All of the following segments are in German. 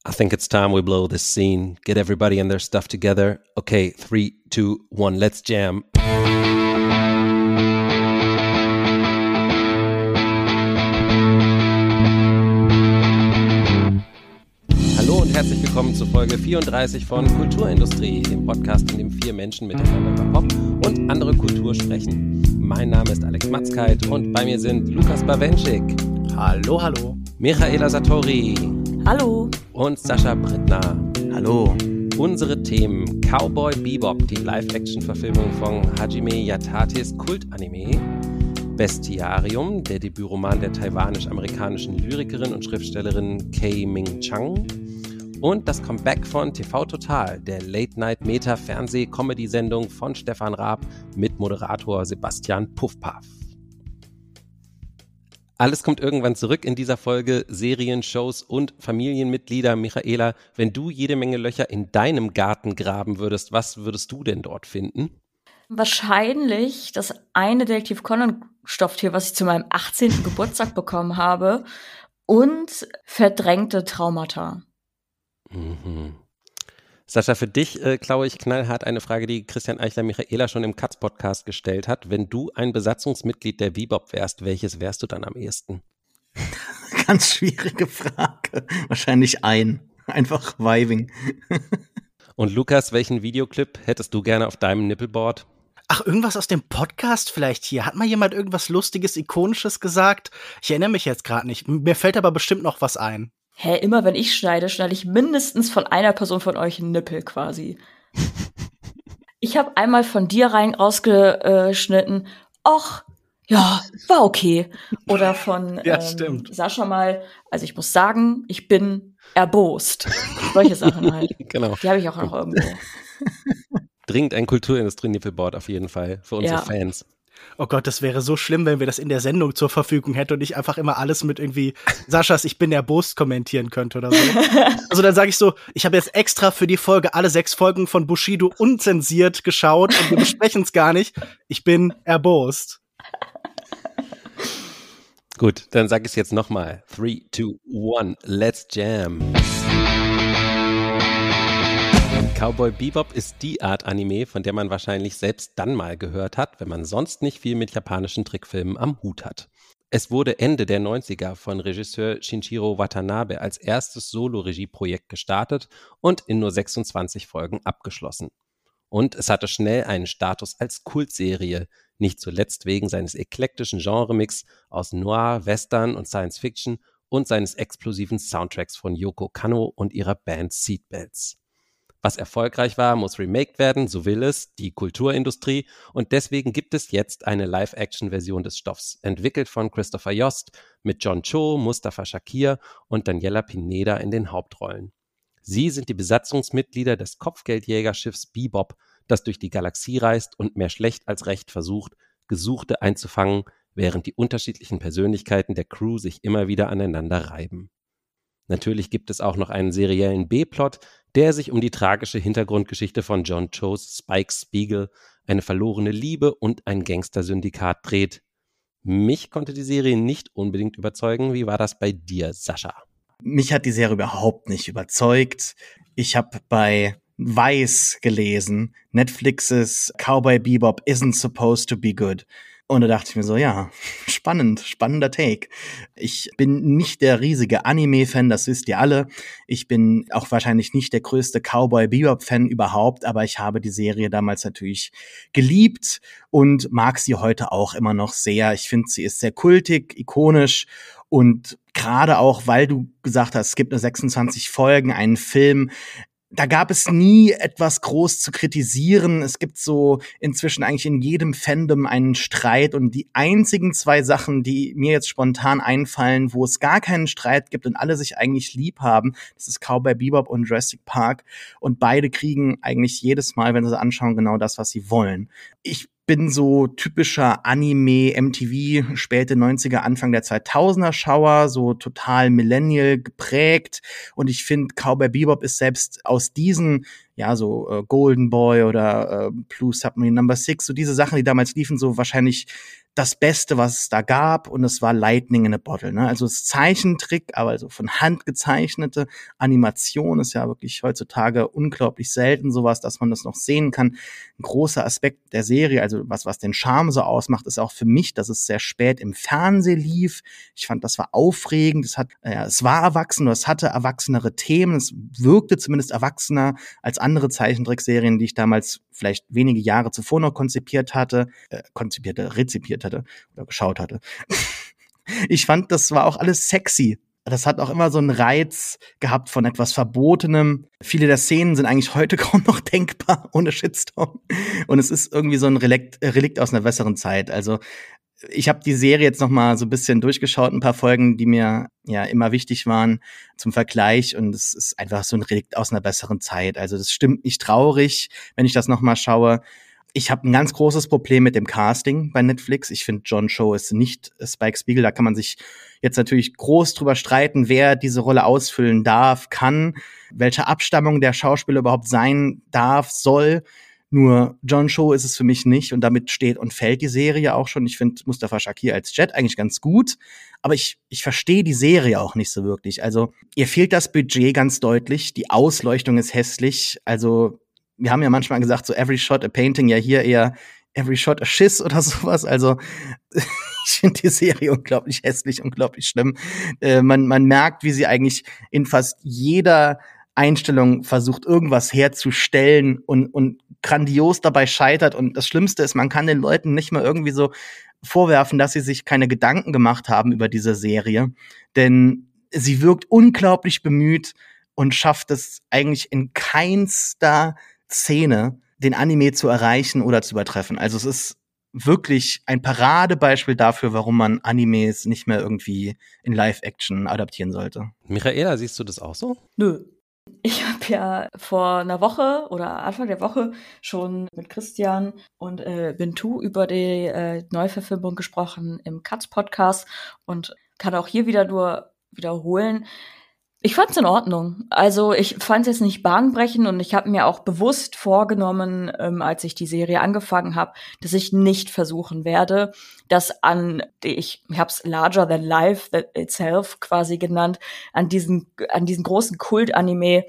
I think it's time we blow this scene. Get everybody and their stuff together. Okay, 3, 2, 1, let's jam. Hallo und herzlich willkommen zu Folge 34 von Kulturindustrie, dem Podcast, in dem 4 Menschen miteinander über Pop und andere Kultur sprechen. Mein Name ist Alex Matzkeit und bei mir sind Lukas Bawenschik. Hallo, hallo. Michaela Satori. Hallo. Und Sascha Brittner. Hallo. Unsere Themen: Cowboy Bebop, die Live-Action-Verfilmung von Hajime Yatates Kult-Anime, Bestiarium, der Debütroman der taiwanisch-amerikanischen Lyrikerin und Schriftstellerin Kei Ming Chang und das Comeback von TV Total, der Late-Night-Meta-Fernseh-Comedy-Sendung von Stefan Raab mit Moderator Sebastian Puffpaff. Alles kommt irgendwann zurück in dieser Folge: Serien, Shows und Familienmitglieder. Michaela, wenn du jede Menge Löcher in deinem Garten graben würdest, was würdest du denn dort finden? Wahrscheinlich das eine Detektiv Conan-Stofftier, was ich zu meinem 18. Geburtstag bekommen habe, und verdrängte Traumata. Mhm. Sascha, für dich klaue ich knallhart eine Frage, die Christian Eichler Michaela schon im Katz-Podcast gestellt hat. Wenn du ein Besatzungsmitglied der Bebop wärst, welches wärst du dann am ehesten? Ganz schwierige Frage. Wahrscheinlich einfach Vibing. Und Lukas, welchen Videoclip hättest du gerne auf deinem Nippelboard? Ach, irgendwas aus dem Podcast vielleicht hier. Hat mal jemand irgendwas Lustiges, Ikonisches gesagt? Ich erinnere mich jetzt gerade nicht. Mir fällt aber bestimmt noch was ein. Immer wenn ich schneide ich mindestens von einer Person von euch einen Nippel quasi. Ich habe einmal von dir rausgeschnitten, ach, ja, war okay. Oder von Ja, stimmt. Sascha mal, also ich muss sagen, ich bin erbost. Solche Sachen halt. Genau. Die habe ich auch noch irgendwo. Dringend ein Kulturindustrie-Nippelboard auf jeden Fall für unsere Fans. Oh Gott, das wäre so schlimm, wenn wir das in der Sendung zur Verfügung hätten und ich einfach immer alles mit irgendwie Saschas Ich bin erbost kommentieren könnte oder so. Also dann sage ich so, ich habe jetzt extra für die Folge alle 6 Folgen von Bushido unzensiert geschaut und wir besprechen es gar nicht. Ich bin erbost. Gut, dann sag ich es jetzt nochmal. 3, 2, 1, let's jam. Cowboy Bebop ist die Art Anime, von der man wahrscheinlich selbst dann mal gehört hat, wenn man sonst nicht viel mit japanischen Trickfilmen am Hut hat. Es wurde Ende der 90er von Regisseur Shinichiro Watanabe als erstes Solo-Regie-Projekt gestartet und in nur 26 Folgen abgeschlossen. Und es hatte schnell einen Status als Kultserie, nicht zuletzt wegen seines eklektischen Genremix aus Noir, Western und Science Fiction und seines explosiven Soundtracks von Yoko Kanno und ihrer Band Seatbelts. Was erfolgreich war, muss remaked werden, so will es die Kulturindustrie, und deswegen gibt es jetzt eine Live-Action-Version des Stoffs, entwickelt von Christopher Yost mit John Cho, Mustafa Shakir und Daniela Pineda in den Hauptrollen. Sie sind die Besatzungsmitglieder des Kopfgeldjägerschiffs Bebop, das durch die Galaxie reist und mehr schlecht als recht versucht, Gesuchte einzufangen, während die unterschiedlichen Persönlichkeiten der Crew sich immer wieder aneinander reiben. Natürlich gibt es auch noch einen seriellen B-Plot, der sich um die tragische Hintergrundgeschichte von John Chos Spike Spiegel, eine verlorene Liebe und ein Gangstersyndikat dreht. Mich konnte die Serie nicht unbedingt überzeugen. Wie war das bei dir, Sascha? Mich hat die Serie überhaupt nicht überzeugt. Ich habe bei Vice gelesen, Netflixes Cowboy Bebop isn't supposed to be good. Und da dachte ich mir so, ja, spannender Take. Ich bin nicht der riesige Anime-Fan, das wisst ihr alle. Ich bin auch wahrscheinlich nicht der größte Cowboy-Bebop-Fan überhaupt, aber ich habe die Serie damals natürlich geliebt und mag sie heute auch immer noch sehr. Ich finde, sie ist sehr kultig, ikonisch und gerade auch, weil du gesagt hast, es gibt nur 26 Folgen, einen Film. Da gab es nie etwas groß zu kritisieren. Es gibt so inzwischen eigentlich in jedem Fandom einen Streit und die einzigen 2 Sachen, die mir jetzt spontan einfallen, wo es gar keinen Streit gibt und alle sich eigentlich lieb haben, das ist Cowboy Bebop und Jurassic Park, und beide kriegen eigentlich jedes Mal, wenn sie anschauen, genau das, was sie wollen. Ich bin so typischer Anime-MTV, späte 90er, Anfang der 2000er-Schauer, so total Millennial geprägt. Und ich finde, Cowboy Bebop ist selbst aus diesen, Golden Boy oder Blue Submarine No. 6, so diese Sachen, die damals liefen, so wahrscheinlich das Beste, was es da gab, und es war Lightning in a Bottle, ne? Also es ist Zeichentrick, aber also von Hand gezeichnete Animation ist ja wirklich heutzutage unglaublich selten sowas, dass man das noch sehen kann. Ein großer Aspekt der Serie, also was den Charme so ausmacht, ist auch für mich, dass es sehr spät im Fernsehen lief. Ich fand, das war aufregend, es war erwachsen, es hatte erwachsenere Themen, es wirkte zumindest erwachsener als andere Zeichentrickserien, die ich damals vielleicht wenige Jahre zuvor noch rezipiert hatte oder geschaut hatte. Ich fand, das war auch alles sexy. Das hat auch immer so einen Reiz gehabt von etwas Verbotenem. Viele der Szenen sind eigentlich heute kaum noch denkbar ohne Shitstorm. Und es ist irgendwie so ein Relikt aus einer besseren Zeit. Also ich habe die Serie jetzt noch mal so ein bisschen durchgeschaut, ein paar Folgen, die mir ja immer wichtig waren zum Vergleich, und es ist einfach so ein Relikt aus einer besseren Zeit. Also das stimmt mich traurig, wenn ich das noch mal schaue. Ich habe ein ganz großes Problem mit dem Casting bei Netflix. Ich finde, John Cho ist nicht Spike Spiegel. Da kann man sich jetzt natürlich groß drüber streiten, wer diese Rolle ausfüllen darf, kann, welche Abstammung der Schauspieler überhaupt sein darf, soll. Nur John Cho ist es für mich nicht, und damit steht und fällt die Serie auch schon. Ich finde Mustafa Shakir als Jet eigentlich ganz gut, aber ich verstehe die Serie auch nicht so wirklich. Also ihr fehlt das Budget ganz deutlich, die Ausleuchtung ist hässlich. Also wir haben ja manchmal gesagt, so every shot a painting, ja hier eher every shot a shiz oder sowas. Also ich finde die Serie unglaublich hässlich, unglaublich schlimm. Man merkt, wie sie eigentlich in fast jeder Einstellung versucht, irgendwas herzustellen und grandios dabei scheitert. Und das Schlimmste ist, man kann den Leuten nicht mal irgendwie so vorwerfen, dass sie sich keine Gedanken gemacht haben über diese Serie. Denn sie wirkt unglaublich bemüht und schafft es eigentlich in keinster Szene, den Anime zu erreichen oder zu übertreffen. Also es ist wirklich ein Paradebeispiel dafür, warum man Animes nicht mehr irgendwie in Live-Action adaptieren sollte. Michaela, siehst du das auch so? Nö. Ich habe ja vor einer Woche oder Anfang der Woche schon mit Christian und Bintu über die Neuverfilmung gesprochen im Katz-Podcast und kann auch hier wieder nur wiederholen. Ich fand's in Ordnung. Also ich fand's jetzt nicht bahnbrechend, und ich habe mir auch bewusst vorgenommen, als ich die Serie angefangen habe, dass ich nicht versuchen werde, das ich hab's larger than life itself quasi genannt, an diesen großen Kult-Anime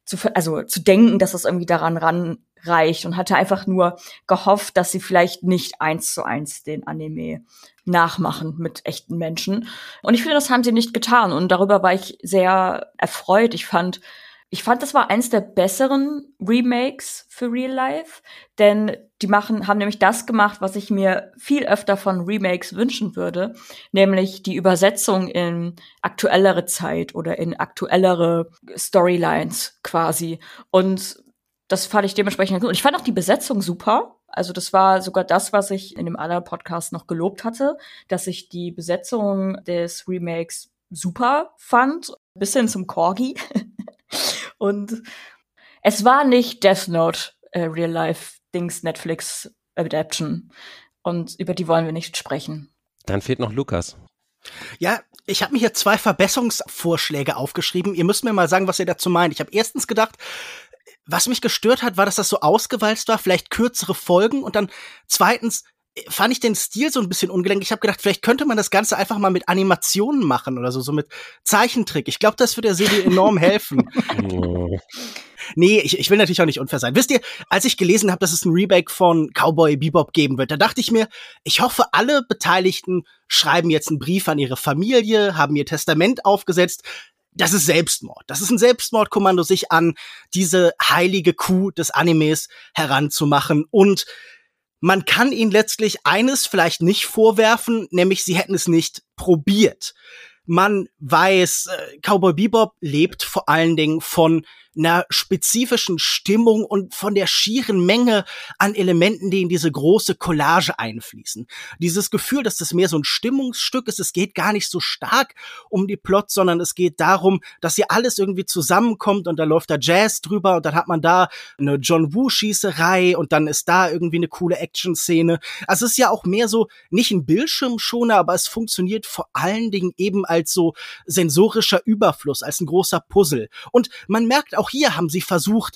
zu denken, dass das irgendwie daran ranreicht, und hatte einfach nur gehofft, dass sie vielleicht nicht 1:1 den Anime nachmachen mit echten Menschen. Und ich finde, das haben sie nicht getan, und darüber war ich sehr erfreut. Ich fand, das war eins der besseren Remakes für Real Life, denn die haben nämlich das gemacht, was ich mir viel öfter von Remakes wünschen würde, nämlich die Übersetzung in aktuellere Zeit oder in aktuellere Storylines quasi. Und das fand ich dementsprechend gut. Und ich fand auch die Besetzung super. Also das war sogar das, was ich in dem anderen Podcast noch gelobt hatte, dass ich die Besetzung des Remakes super fand, bis hin zum Corgi. Und es war nicht Death Note Real Life Dings Netflix Adaption, und über die wollen wir nicht sprechen. Dann fehlt noch Lukas. Ja, ich habe mir hier 2 Verbesserungsvorschläge aufgeschrieben. Ihr müsst mir mal sagen, was ihr dazu meint. Ich habe erstens gedacht, was mich gestört hat, war, dass das so ausgewalzt war, vielleicht kürzere Folgen, und dann zweitens fand ich den Stil so ein bisschen ungelenk. Ich habe gedacht, vielleicht könnte man das Ganze einfach mal mit Animationen machen oder so mit Zeichentrick. Ich glaube, das würde der Serie enorm helfen. Nee, ich will natürlich auch nicht unfair sein. Wisst ihr, als ich gelesen habe, dass es ein Remake von Cowboy Bebop geben wird, da dachte ich mir, ich hoffe, alle Beteiligten schreiben jetzt einen Brief an ihre Familie, haben ihr Testament aufgesetzt. Das ist Selbstmord. Das ist ein Selbstmordkommando, sich an diese heilige Kuh des Animes heranzumachen. Und man kann ihnen letztlich eines vielleicht nicht vorwerfen, nämlich sie hätten es nicht probiert. Man weiß, Cowboy Bebop lebt vor allen Dingen von einer spezifischen Stimmung und von der schieren Menge an Elementen, die in diese große Collage einfließen. Dieses Gefühl, dass das mehr so ein Stimmungsstück ist, es geht gar nicht so stark um die Plot, sondern es geht darum, dass hier alles irgendwie zusammenkommt, und da läuft da Jazz drüber, und dann hat man da eine John Woo-Schießerei, und dann ist da irgendwie eine coole Action-Szene. Also es ist ja auch mehr so, nicht ein Bildschirmschoner, aber es funktioniert vor allen Dingen eben als so sensorischer Überfluss, als ein großer Puzzle. Und man merkt, auch hier haben sie versucht,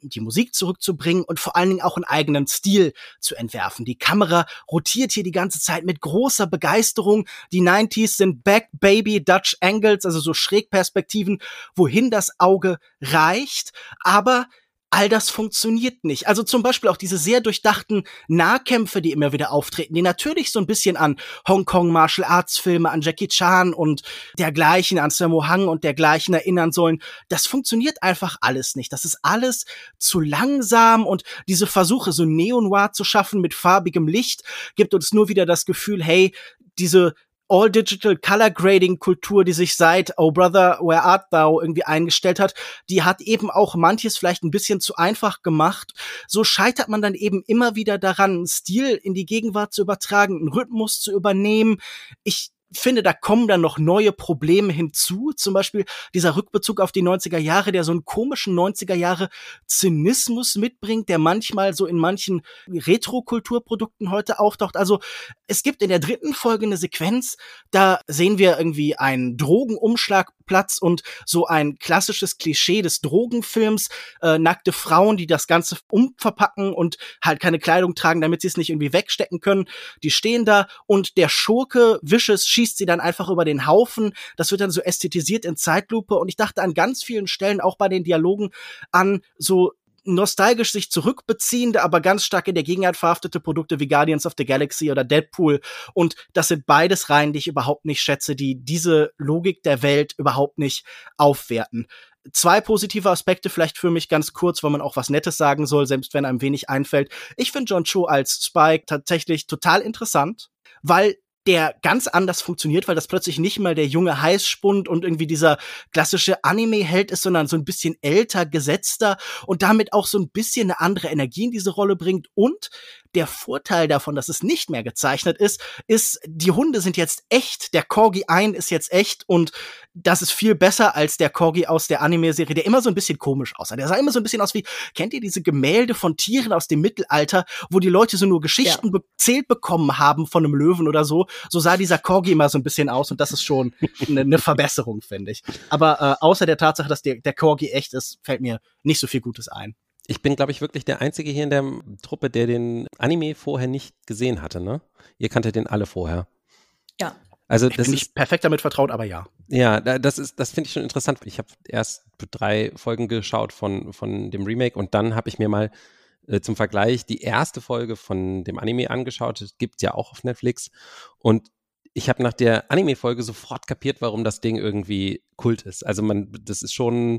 die Musik zurückzubringen und vor allen Dingen auch einen eigenen Stil zu entwerfen. Die Kamera rotiert hier die ganze Zeit mit großer Begeisterung. Die 90s sind back, baby, Dutch Angles, also so Schrägperspektiven, wohin das Auge reicht. Aber all das funktioniert nicht. Also zum Beispiel auch diese sehr durchdachten Nahkämpfe, die immer wieder auftreten, die natürlich so ein bisschen an Hongkong Martial Arts Filme, an Jackie Chan und dergleichen, an Sammo Hung und dergleichen erinnern sollen. Das funktioniert einfach alles nicht. Das ist alles zu langsam und diese Versuche, so Neo-Noir zu schaffen mit farbigem Licht, gibt uns nur wieder das Gefühl, hey, diese All-Digital Color Grading Kultur, die sich seit Oh Brother, Where Art Thou irgendwie eingestellt hat, die hat eben auch manches vielleicht ein bisschen zu einfach gemacht. So scheitert man dann eben immer wieder daran, einen Stil in die Gegenwart zu übertragen, einen Rhythmus zu übernehmen. Ich finde, da kommen dann noch neue Probleme hinzu. Zum Beispiel dieser Rückbezug auf die 90er Jahre, der so einen komischen 90er Jahre Zynismus mitbringt, der manchmal so in manchen Retro-Kulturprodukten heute auftaucht. Also es gibt in der 3. Folge eine Sequenz, da sehen wir irgendwie einen Drogenumschlagplatz und so ein klassisches Klischee des Drogenfilms, nackte Frauen, die das Ganze umverpacken und halt keine Kleidung tragen, damit sie es nicht irgendwie wegstecken können. Die stehen da und der Schurke Vicious schießt sie dann einfach über den Haufen. Das wird dann so ästhetisiert in Zeitlupe und ich dachte an ganz vielen Stellen, auch bei den Dialogen, an so nostalgisch sich zurückbeziehende, aber ganz stark in der Gegenwart verhaftete Produkte wie Guardians of the Galaxy oder Deadpool. Und das sind beides Reihen, die ich überhaupt nicht schätze, die diese Logik der Welt überhaupt nicht aufwerten. 2 positive Aspekte vielleicht für mich ganz kurz, weil man auch was Nettes sagen soll, selbst wenn einem wenig einfällt. Ich finde John Cho als Spike tatsächlich total interessant, weil der ganz anders funktioniert, weil das plötzlich nicht mal der junge Heißspund und irgendwie dieser klassische Anime-Held ist, sondern so ein bisschen älter, gesetzter und damit auch so ein bisschen eine andere Energie in diese Rolle bringt. Und der Vorteil davon, dass es nicht mehr gezeichnet ist, die Hunde sind jetzt echt, der Corgi Ein ist jetzt echt und das ist viel besser als der Corgi aus der Anime-Serie, der immer so ein bisschen komisch aussah. Der sah immer so ein bisschen aus wie, kennt ihr diese Gemälde von Tieren aus dem Mittelalter, wo die Leute so nur Geschichten erzählt bekommen haben von einem Löwen oder so? So sah dieser Corgi immer so ein bisschen aus und das ist schon eine Verbesserung, finde ich. Aber außer der Tatsache, dass der Corgi echt ist, fällt mir nicht so viel Gutes ein. Ich bin, glaube ich, wirklich der Einzige hier in der Truppe, der den Anime vorher nicht gesehen hatte, ne? Ihr kanntet den alle vorher. Ja. Also ich bin nicht perfekt damit vertraut, aber ja. Ja, das finde ich schon interessant. Ich habe erst 3 Folgen geschaut von dem Remake und dann habe ich mir mal zum Vergleich die erste Folge von dem Anime angeschaut. Das gibt's ja auch auf Netflix. Und ich habe nach der Anime-Folge sofort kapiert, warum das Ding irgendwie Kult ist. Also das ist schon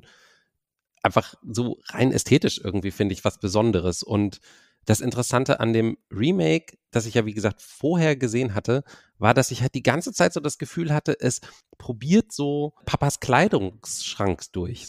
einfach so rein ästhetisch irgendwie, finde ich, was Besonderes. Und das Interessante an dem Remake, das ich ja, wie gesagt, vorher gesehen hatte, war, dass ich halt die ganze Zeit so das Gefühl hatte, es probiert so Papas Kleiderschrank durch.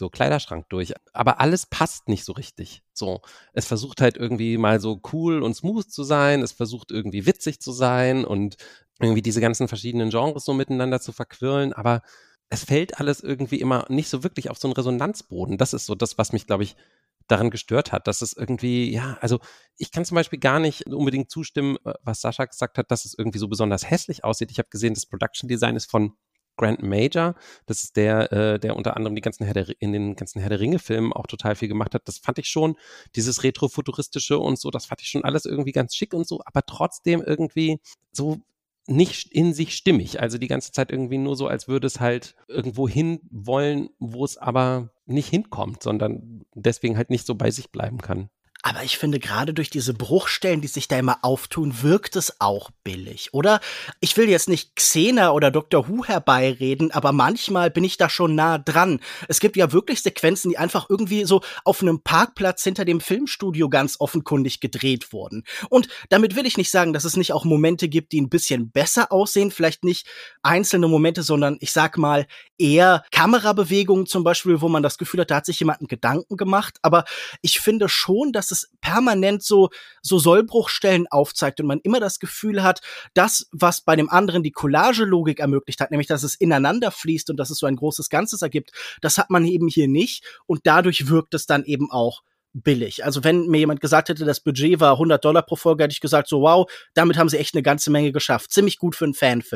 Aber alles passt nicht so richtig. So, es versucht halt irgendwie mal so cool und smooth zu sein, es versucht irgendwie witzig zu sein und irgendwie diese ganzen verschiedenen Genres so miteinander zu verquirlen, aber es fällt alles irgendwie immer nicht so wirklich auf so einen Resonanzboden. Das ist so das, was mich, glaube ich, daran gestört hat, dass es irgendwie, ja, also ich kann zum Beispiel gar nicht unbedingt zustimmen, was Sascha gesagt hat, dass es irgendwie so besonders hässlich aussieht. Ich habe gesehen, das Production Design ist von Grant Major. Das ist der unter anderem in den ganzen Herr der Ringe-Filmen auch total viel gemacht hat. Das fand ich schon, dieses Retrofuturistische und so, das fand ich schon alles irgendwie ganz schick und so, aber trotzdem irgendwie so nicht in sich stimmig. Also die ganze Zeit irgendwie nur so, als würde es halt irgendwo hin wollen, wo es aber nicht hinkommt, sondern deswegen halt nicht so bei sich bleiben kann. Aber ich finde, gerade durch diese Bruchstellen, die sich da immer auftun, wirkt es auch billig, oder? Ich will jetzt nicht Xena oder Dr. Who herbeireden, aber manchmal bin ich da schon nah dran. Es gibt ja wirklich Sequenzen, die einfach irgendwie so auf einem Parkplatz hinter dem Filmstudio ganz offenkundig gedreht wurden. Und damit will ich nicht sagen, dass es nicht auch Momente gibt, die ein bisschen besser aussehen. Vielleicht nicht einzelne Momente, sondern ich sag mal eher Kamerabewegungen zum Beispiel, wo man das Gefühl hat, da hat sich jemand einen Gedanken gemacht. Aber ich finde schon, dass es permanent so Sollbruchstellen aufzeigt und man immer das Gefühl hat, das, was bei dem anderen die Collage-Logik ermöglicht hat, nämlich dass es ineinander fließt und dass es so ein großes Ganzes ergibt, das hat man eben hier nicht und dadurch wirkt es dann eben auch billig. Also wenn mir jemand gesagt hätte, das Budget war $100 pro Folge, hätte ich gesagt so, wow, damit haben sie echt eine ganze Menge geschafft. Ziemlich gut für einen Fanfilm.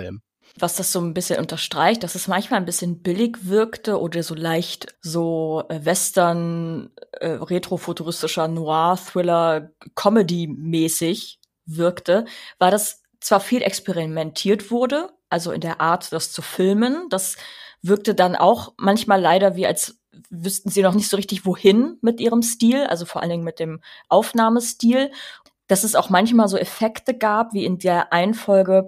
was das so ein bisschen unterstreicht, dass es manchmal ein bisschen billig wirkte oder so leicht so Western, retrofuturistischer Noir-Thriller, Comedy-mäßig wirkte, war das zwar viel experimentiert wurde, also in der Art, das zu filmen, das wirkte dann auch manchmal leider wie als wüssten sie noch nicht so richtig, wohin mit ihrem Stil, also vor allen Dingen mit dem Aufnahmestil. Dass es auch manchmal so Effekte gab, wie in der einen Folge,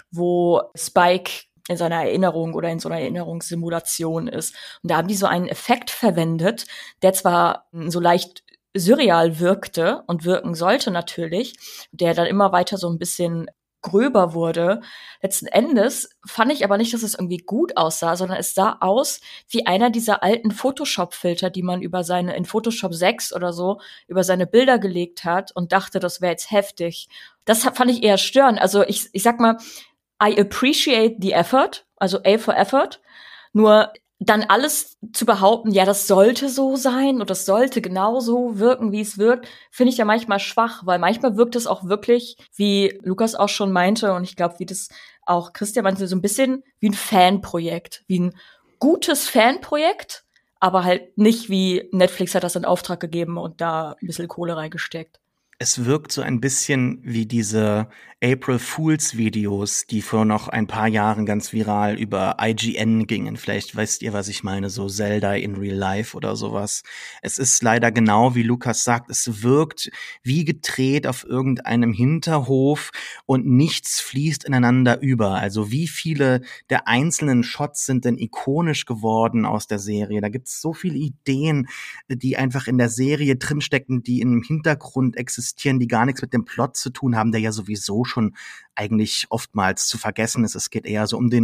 wo Spike in seiner Erinnerung oder in so einer Erinnerungssimulation ist. Und da haben die so einen Effekt verwendet, der zwar so leicht surreal wirkte und wirken sollte natürlich, der dann immer weiter so ein bisschen gröber wurde. Letzten Endes fand ich aber nicht, dass es irgendwie gut aussah, sondern es sah aus wie einer dieser alten Photoshop-Filter, die man in Photoshop 6 oder so über seine Bilder gelegt hat und dachte, das wäre jetzt heftig. Das fand ich eher störend. Also ich sag mal, I appreciate the effort, also A for effort, nur dann alles zu behaupten, ja, das sollte so sein und das sollte genauso wirken, wie es wirkt, finde ich ja manchmal schwach, weil manchmal wirkt es auch wirklich, wie Lukas auch schon meinte und ich glaube, wie das auch Christian meinte, so ein bisschen wie ein Fanprojekt, wie ein gutes Fanprojekt, aber halt nicht wie Netflix hat das in Auftrag gegeben und da ein bisschen Kohle reingesteckt. Es wirkt so ein bisschen wie diese April Fools Videos, die vor noch ein paar Jahren ganz viral über IGN gingen. Vielleicht wisst ihr, was ich meine, so Zelda in Real Life oder sowas. Es ist leider genau wie Lukas sagt, es wirkt wie gedreht auf irgendeinem Hinterhof und nichts fließt ineinander über. Also wie viele der einzelnen Shots sind denn ikonisch geworden aus der Serie? Da gibt's so viele Ideen, die einfach in der Serie drinstecken, die im Hintergrund existieren, die gar nichts mit dem Plot zu tun haben, der ja sowieso schon eigentlich oftmals zu vergessen ist. Es geht eher so um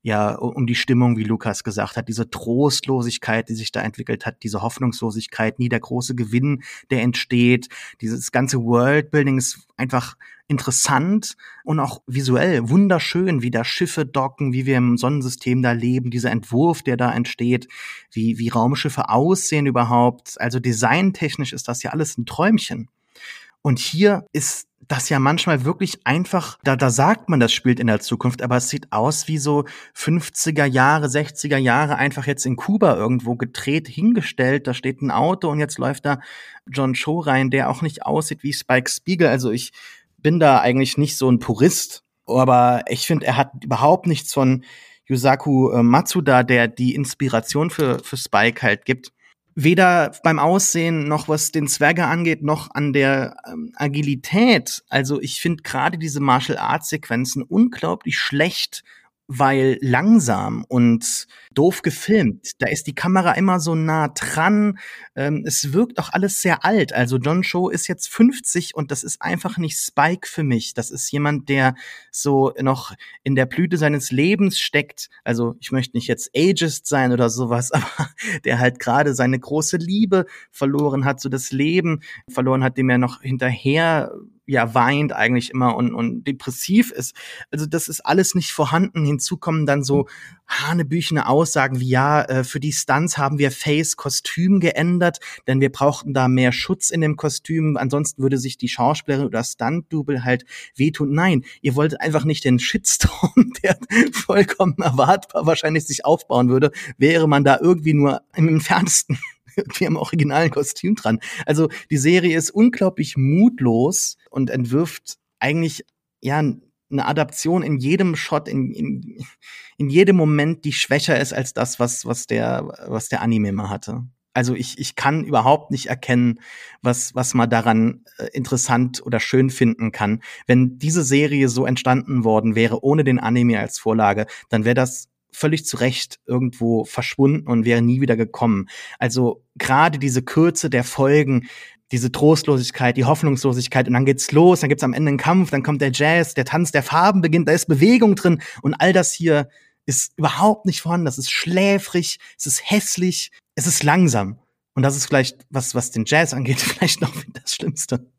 die Stimmung, wie Lukas gesagt hat, diese Trostlosigkeit, die sich da entwickelt hat, diese Hoffnungslosigkeit, nie der große Gewinn, der entsteht. Dieses ganze Worldbuilding ist einfach interessant und auch visuell wunderschön, wie da Schiffe docken, wie wir im Sonnensystem da leben, dieser Entwurf, der da entsteht, wie Raumschiffe aussehen überhaupt. Also designtechnisch ist das ja alles ein Träumchen. Und hier ist das ja manchmal wirklich einfach, da sagt man, das spielt in der Zukunft, aber es sieht aus wie so 50er Jahre, 60er Jahre einfach jetzt in Kuba irgendwo gedreht, hingestellt, da steht ein Auto und jetzt läuft da John Cho rein, der auch nicht aussieht wie Spike Spiegel. Also ich bin da eigentlich nicht so ein Purist, aber ich finde, er hat überhaupt nichts von Yusaku Matsuda, der die Inspiration für Spike halt gibt. Weder beim Aussehen noch was den Zwerge angeht, noch an der Agilität. Also ich finde gerade diese Martial-Arts-Sequenzen unglaublich schlecht, weil langsam und doof gefilmt. Da ist die Kamera immer so nah dran. Es wirkt auch alles sehr alt. Also John Cho ist jetzt 50 und das ist einfach nicht Spike für mich. Das ist jemand, der so noch in der Blüte seines Lebens steckt. Also ich möchte nicht jetzt ageist sein oder sowas, aber der halt gerade seine große Liebe verloren hat, so das Leben verloren hat, dem er noch hinterher weint eigentlich immer und depressiv ist. Also das ist alles nicht vorhanden. Hinzu kommen dann so hanebüchene Aussagen wie, für die Stunts haben wir Fays Kostüm geändert, denn wir brauchten da mehr Schutz in dem Kostüm. Ansonsten würde sich die Schauspielerin oder Stunt-Double halt wehtun. Nein, ihr wolltet einfach nicht den Shitstorm, der vollkommen erwartbar wahrscheinlich sich aufbauen würde, wäre man da irgendwie nur im entferntesten wir haben originalen Kostüm dran. Also die Serie ist unglaublich mutlos und entwirft eigentlich eine Adaption in jedem Shot, in jedem Moment, die schwächer ist als das, was der Anime mal hatte. Also ich kann überhaupt nicht erkennen, was man daran interessant oder schön finden kann. Wenn diese Serie so entstanden worden wäre, ohne den Anime als Vorlage, dann wäre das völlig zu Recht irgendwo verschwunden und wäre nie wieder gekommen. Also gerade diese Kürze der Folgen, diese Trostlosigkeit, die Hoffnungslosigkeit und dann geht's los, dann gibt's am Ende einen Kampf, dann kommt der Jazz, der Tanz der Farben beginnt, da ist Bewegung drin und all das hier ist überhaupt nicht vorhanden, das ist schläfrig, es ist hässlich, es ist langsam und das ist vielleicht, was den Jazz angeht, vielleicht noch das Schlimmste.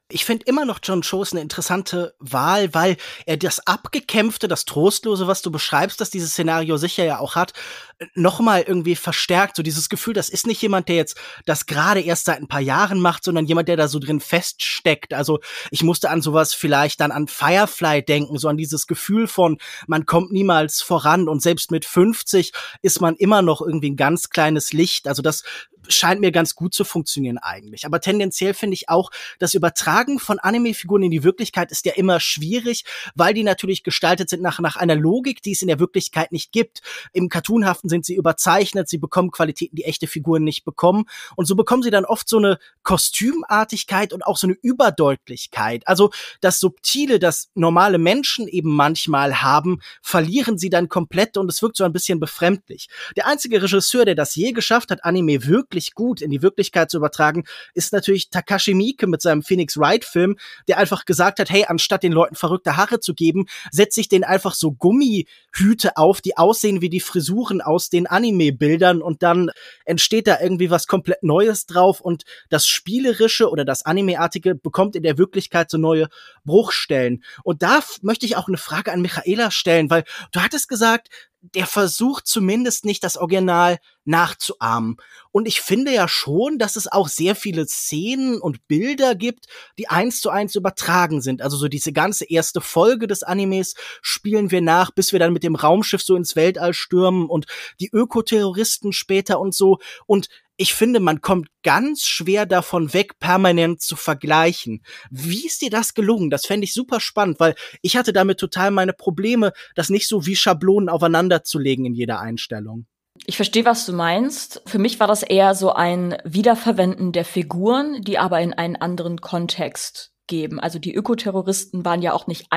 Ich finde immer noch John Cho ist eine interessante Wahl, weil er das Abgekämpfte, das Trostlose, was du beschreibst, dass dieses Szenario sicher ja auch hat, nochmal irgendwie verstärkt. So dieses Gefühl, das ist nicht jemand, der jetzt das gerade erst seit ein paar Jahren macht, sondern jemand, der da so drin feststeckt. Also ich musste an sowas vielleicht dann an Firefly denken, so an dieses Gefühl von, man kommt niemals voran und selbst mit 50 ist man immer noch irgendwie ein ganz kleines Licht. Also das scheint mir ganz gut zu funktionieren eigentlich. Aber tendenziell finde ich auch, das Übertragen von Anime-Figuren in die Wirklichkeit ist ja immer schwierig, weil die natürlich gestaltet sind nach einer Logik, die es in der Wirklichkeit nicht gibt. Im Cartoonhaften sind sie überzeichnet, sie bekommen Qualitäten, die echte Figuren nicht bekommen. Und so bekommen sie dann oft so eine Kostümartigkeit und auch so eine Überdeutlichkeit. Also das Subtile, das normale Menschen eben manchmal haben, verlieren sie dann komplett und es wirkt so ein bisschen befremdlich. Der einzige Regisseur, der das je geschafft hat, Anime wirklich gut in die Wirklichkeit zu übertragen, ist natürlich Takashi Miike mit seinem Phoenix Wright-Film, der einfach gesagt hat, hey, anstatt den Leuten verrückte Haare zu geben, setze ich denen einfach so Gummihüte auf, die aussehen wie die Frisuren aus den Anime-Bildern und dann entsteht da irgendwie was komplett Neues drauf und das Spielerische oder das Anime-artige bekommt in der Wirklichkeit so neue Bruchstellen. Und da möchte ich auch eine Frage an Michaela stellen, weil du hattest gesagt, der versucht zumindest nicht das Original nachzuahmen. Und ich finde ja schon, dass es auch sehr viele Szenen und Bilder gibt, die 1:1 übertragen sind. Also so diese ganze erste Folge des Animes spielen wir nach, bis wir dann mit dem Raumschiff so ins Weltall stürmen und die Ökoterroristen später und so. Und ich finde, man kommt ganz schwer davon weg, permanent zu vergleichen. Wie ist dir das gelungen? Das fände ich super spannend, weil ich hatte damit total meine Probleme, das nicht so wie Schablonen aufeinander zu legen in jeder Einstellung. Ich verstehe, was du meinst. Für mich war das eher so ein Wiederverwenden der Figuren, die aber in einen anderen Kontext geben. Also die Ökoterroristen waren ja auch nicht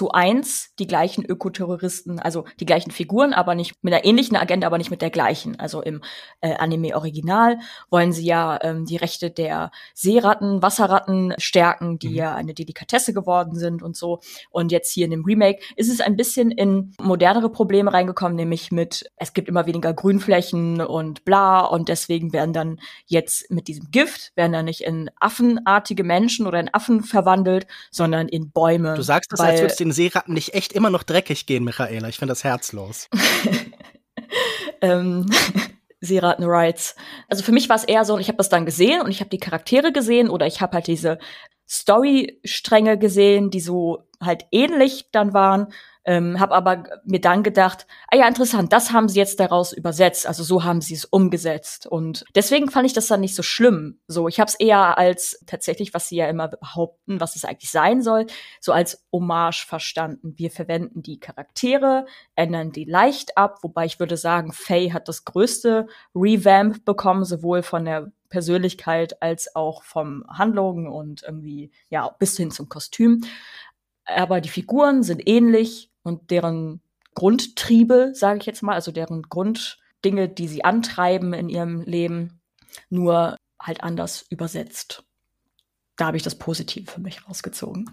1:1 die gleichen Ökoterroristen, also die gleichen Figuren, aber nicht mit einer ähnlichen Agenda, aber nicht mit der gleichen. Also im Anime-Original wollen sie ja die Rechte der Seeratten, Wasserratten stärken, die ja eine Delikatesse geworden sind und so. Und jetzt hier in dem Remake ist es ein bisschen in modernere Probleme reingekommen, nämlich mit, es gibt immer weniger Grünflächen und bla, und deswegen werden dann jetzt mit diesem Gift, werden dann nicht in affenartige Menschen oder in Affen verwandelt, sondern in Bäume. Du sagst das, als würde es den Seeratten nicht echt immer noch dreckig gehen, Michaela. Ich finde das herzlos. Seeratten Rights. Also für mich war es eher so, und ich habe das dann gesehen und ich habe die Charaktere gesehen oder ich habe halt diese Storystränge gesehen, die so halt ähnlich dann waren, habe aber mir dann gedacht, ja, interessant, das haben sie jetzt daraus übersetzt, also so haben sie es umgesetzt und deswegen fand ich das dann nicht so schlimm. So, ich habe es eher als tatsächlich, was sie ja immer behaupten, was es eigentlich sein soll, so als Hommage verstanden. Wir verwenden die Charaktere, ändern die leicht ab, wobei ich würde sagen, Faye hat das größte Revamp bekommen, sowohl von der Persönlichkeit als auch vom Handlungen und irgendwie, ja, bis hin zum Kostüm. Aber die Figuren sind ähnlich und deren Grundtriebe, sage ich jetzt mal, also deren Grunddinge, die sie antreiben in ihrem Leben, nur halt anders übersetzt. Da habe ich das Positive für mich rausgezogen.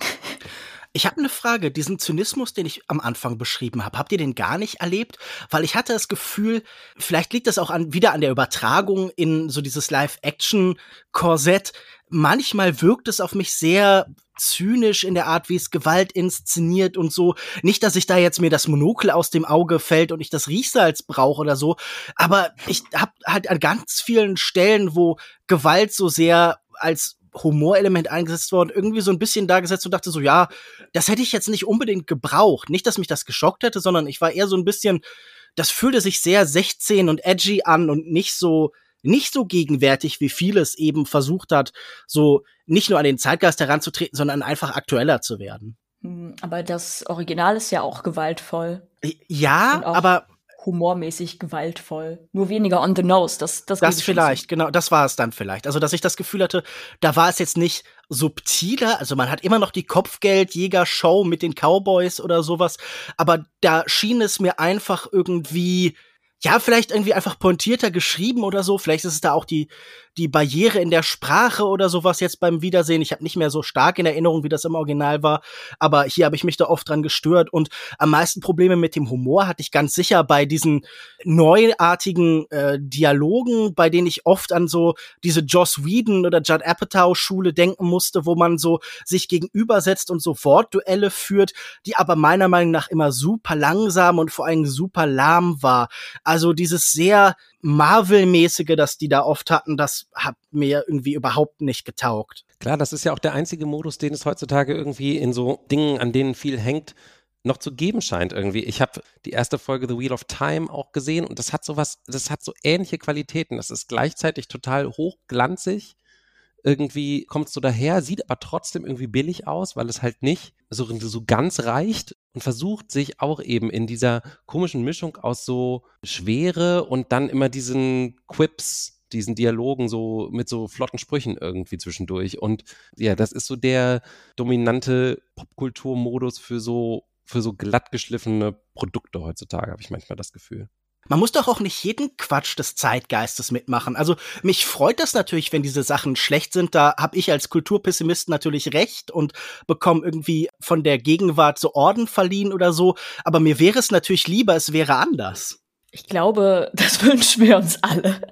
Ich habe eine Frage, diesen Zynismus, den ich am Anfang beschrieben habe, habt ihr den gar nicht erlebt? Weil ich hatte das Gefühl, vielleicht liegt das auch wieder an der Übertragung in so dieses Live-Action-Korsett. Manchmal wirkt es auf mich sehr zynisch in der Art, wie es Gewalt inszeniert und so. Nicht, dass ich da jetzt mir das Monokel aus dem Auge fällt und ich das Riechsalz brauche oder so, aber ich habe halt an ganz vielen Stellen, wo Gewalt so sehr als Humorelement eingesetzt worden, irgendwie so ein bisschen da gesetzt und dachte so, ja, das hätte ich jetzt nicht unbedingt gebraucht. Nicht, dass mich das geschockt hätte, sondern ich war eher so ein bisschen, das fühlte sich sehr 16 und edgy an und nicht so gegenwärtig, wie vieles eben versucht hat, so nicht nur an den Zeitgeist heranzutreten, sondern einfach aktueller zu werden. Aber das Original ist ja auch gewaltvoll. Ja, aber humormäßig gewaltvoll. Nur weniger on the nose. Das vielleicht, genau, das war es dann vielleicht. Also, dass ich das Gefühl hatte, da war es jetzt nicht subtiler, also man hat immer noch die Kopfgeldjäger-Show mit den Cowboys oder sowas, aber da schien es mir einfach irgendwie, ja, vielleicht irgendwie einfach pointierter geschrieben oder so. Vielleicht ist es da auch die die Barriere in der Sprache oder sowas jetzt beim Wiedersehen. Ich habe nicht mehr so stark in Erinnerung, wie das im Original war, aber hier habe ich mich da oft dran gestört und am meisten Probleme mit dem Humor hatte ich ganz sicher bei diesen neuartigen Dialogen, bei denen ich oft an so diese Joss Whedon oder Judd Apatow Schule denken musste, wo man so sich gegenübersetzt und so Wortduelle führt, die aber meiner Meinung nach immer super langsam und vor allem super lahm war. Also dieses sehr Marvel-mäßige, das die da oft hatten, das hat mir irgendwie überhaupt nicht getaugt. Klar, das ist ja auch der einzige Modus, den es heutzutage irgendwie in so Dingen, an denen viel hängt, noch zu geben scheint irgendwie. Ich habe die erste Folge The Wheel of Time auch gesehen und das hat so ähnliche Qualitäten. Das ist gleichzeitig total hochglanzig. Irgendwie kommt es so daher, sieht aber trotzdem irgendwie billig aus, weil es halt nicht so ganz reicht und versucht sich auch eben in dieser komischen Mischung aus so Schwere und dann immer diesen Quips, diesen Dialogen so mit so flotten Sprüchen irgendwie zwischendurch. Und ja, das ist so der dominante Popkulturmodus für so glatt geschliffene Produkte heutzutage, habe ich manchmal das Gefühl. Man muss doch auch nicht jeden Quatsch des Zeitgeistes mitmachen. Also mich freut das natürlich, wenn diese Sachen schlecht sind. Da habe ich als Kulturpessimist natürlich recht und bekomme irgendwie von der Gegenwart so Orden verliehen oder so. Aber mir wäre es natürlich lieber, es wäre anders. Ich glaube, das wünschen wir uns alle.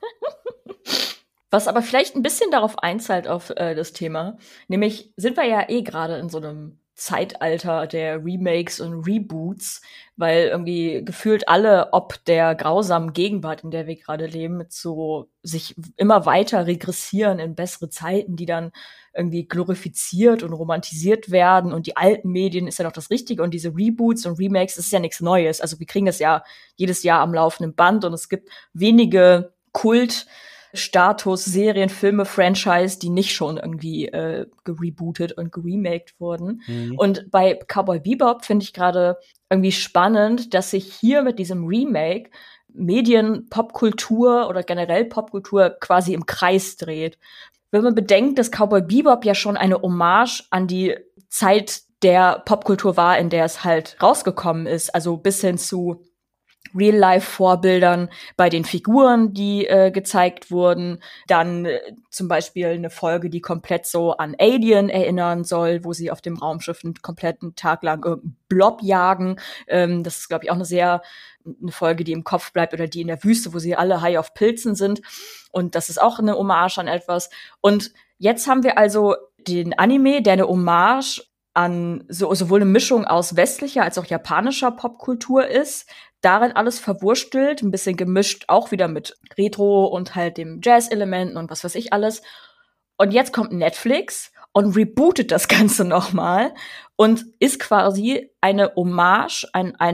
Was aber vielleicht ein bisschen darauf einzahlt, auf das Thema. Nämlich sind wir ja gerade in so einem Zeitalter der Remakes und Reboots, weil irgendwie gefühlt alle ob der grausamen Gegenwart, in der wir gerade leben, mit so sich immer weiter regressieren in bessere Zeiten, die dann irgendwie glorifiziert und romantisiert werden und die alten Medien ist ja noch das Richtige und diese Reboots und Remakes, das ist ja nichts Neues. Also wir kriegen das ja jedes Jahr am laufenden Band und es gibt wenige Status, Serien, Filme, Franchise, die nicht schon irgendwie gerebootet und geremaked wurden. Mhm. Und bei Cowboy Bebop finde ich gerade irgendwie spannend, dass sich hier mit diesem Remake Medien, Popkultur oder generell Popkultur quasi im Kreis dreht. Wenn man bedenkt, dass Cowboy Bebop ja schon eine Hommage an die Zeit der Popkultur war, in der es halt rausgekommen ist, also bis hin zu Real-Life-Vorbildern bei den Figuren, die gezeigt wurden. Dann zum Beispiel eine Folge, die komplett so an Alien erinnern soll, wo sie auf dem Raumschiff einen kompletten Tag lang irgendeinen Blob jagen. Das ist, glaube ich, auch eine Folge, die im Kopf bleibt, oder die in der Wüste, wo sie alle high auf Pilzen sind. Und das ist auch eine Hommage an etwas. Und jetzt haben wir also den Anime, der eine Hommage an sowohl eine Mischung aus westlicher als auch japanischer Popkultur ist, darin alles verwurstelt, ein bisschen gemischt, auch wieder mit Retro und halt dem Jazz-Elementen und was weiß ich alles. Und jetzt kommt Netflix und rebootet das Ganze nochmal und ist quasi eine Hommage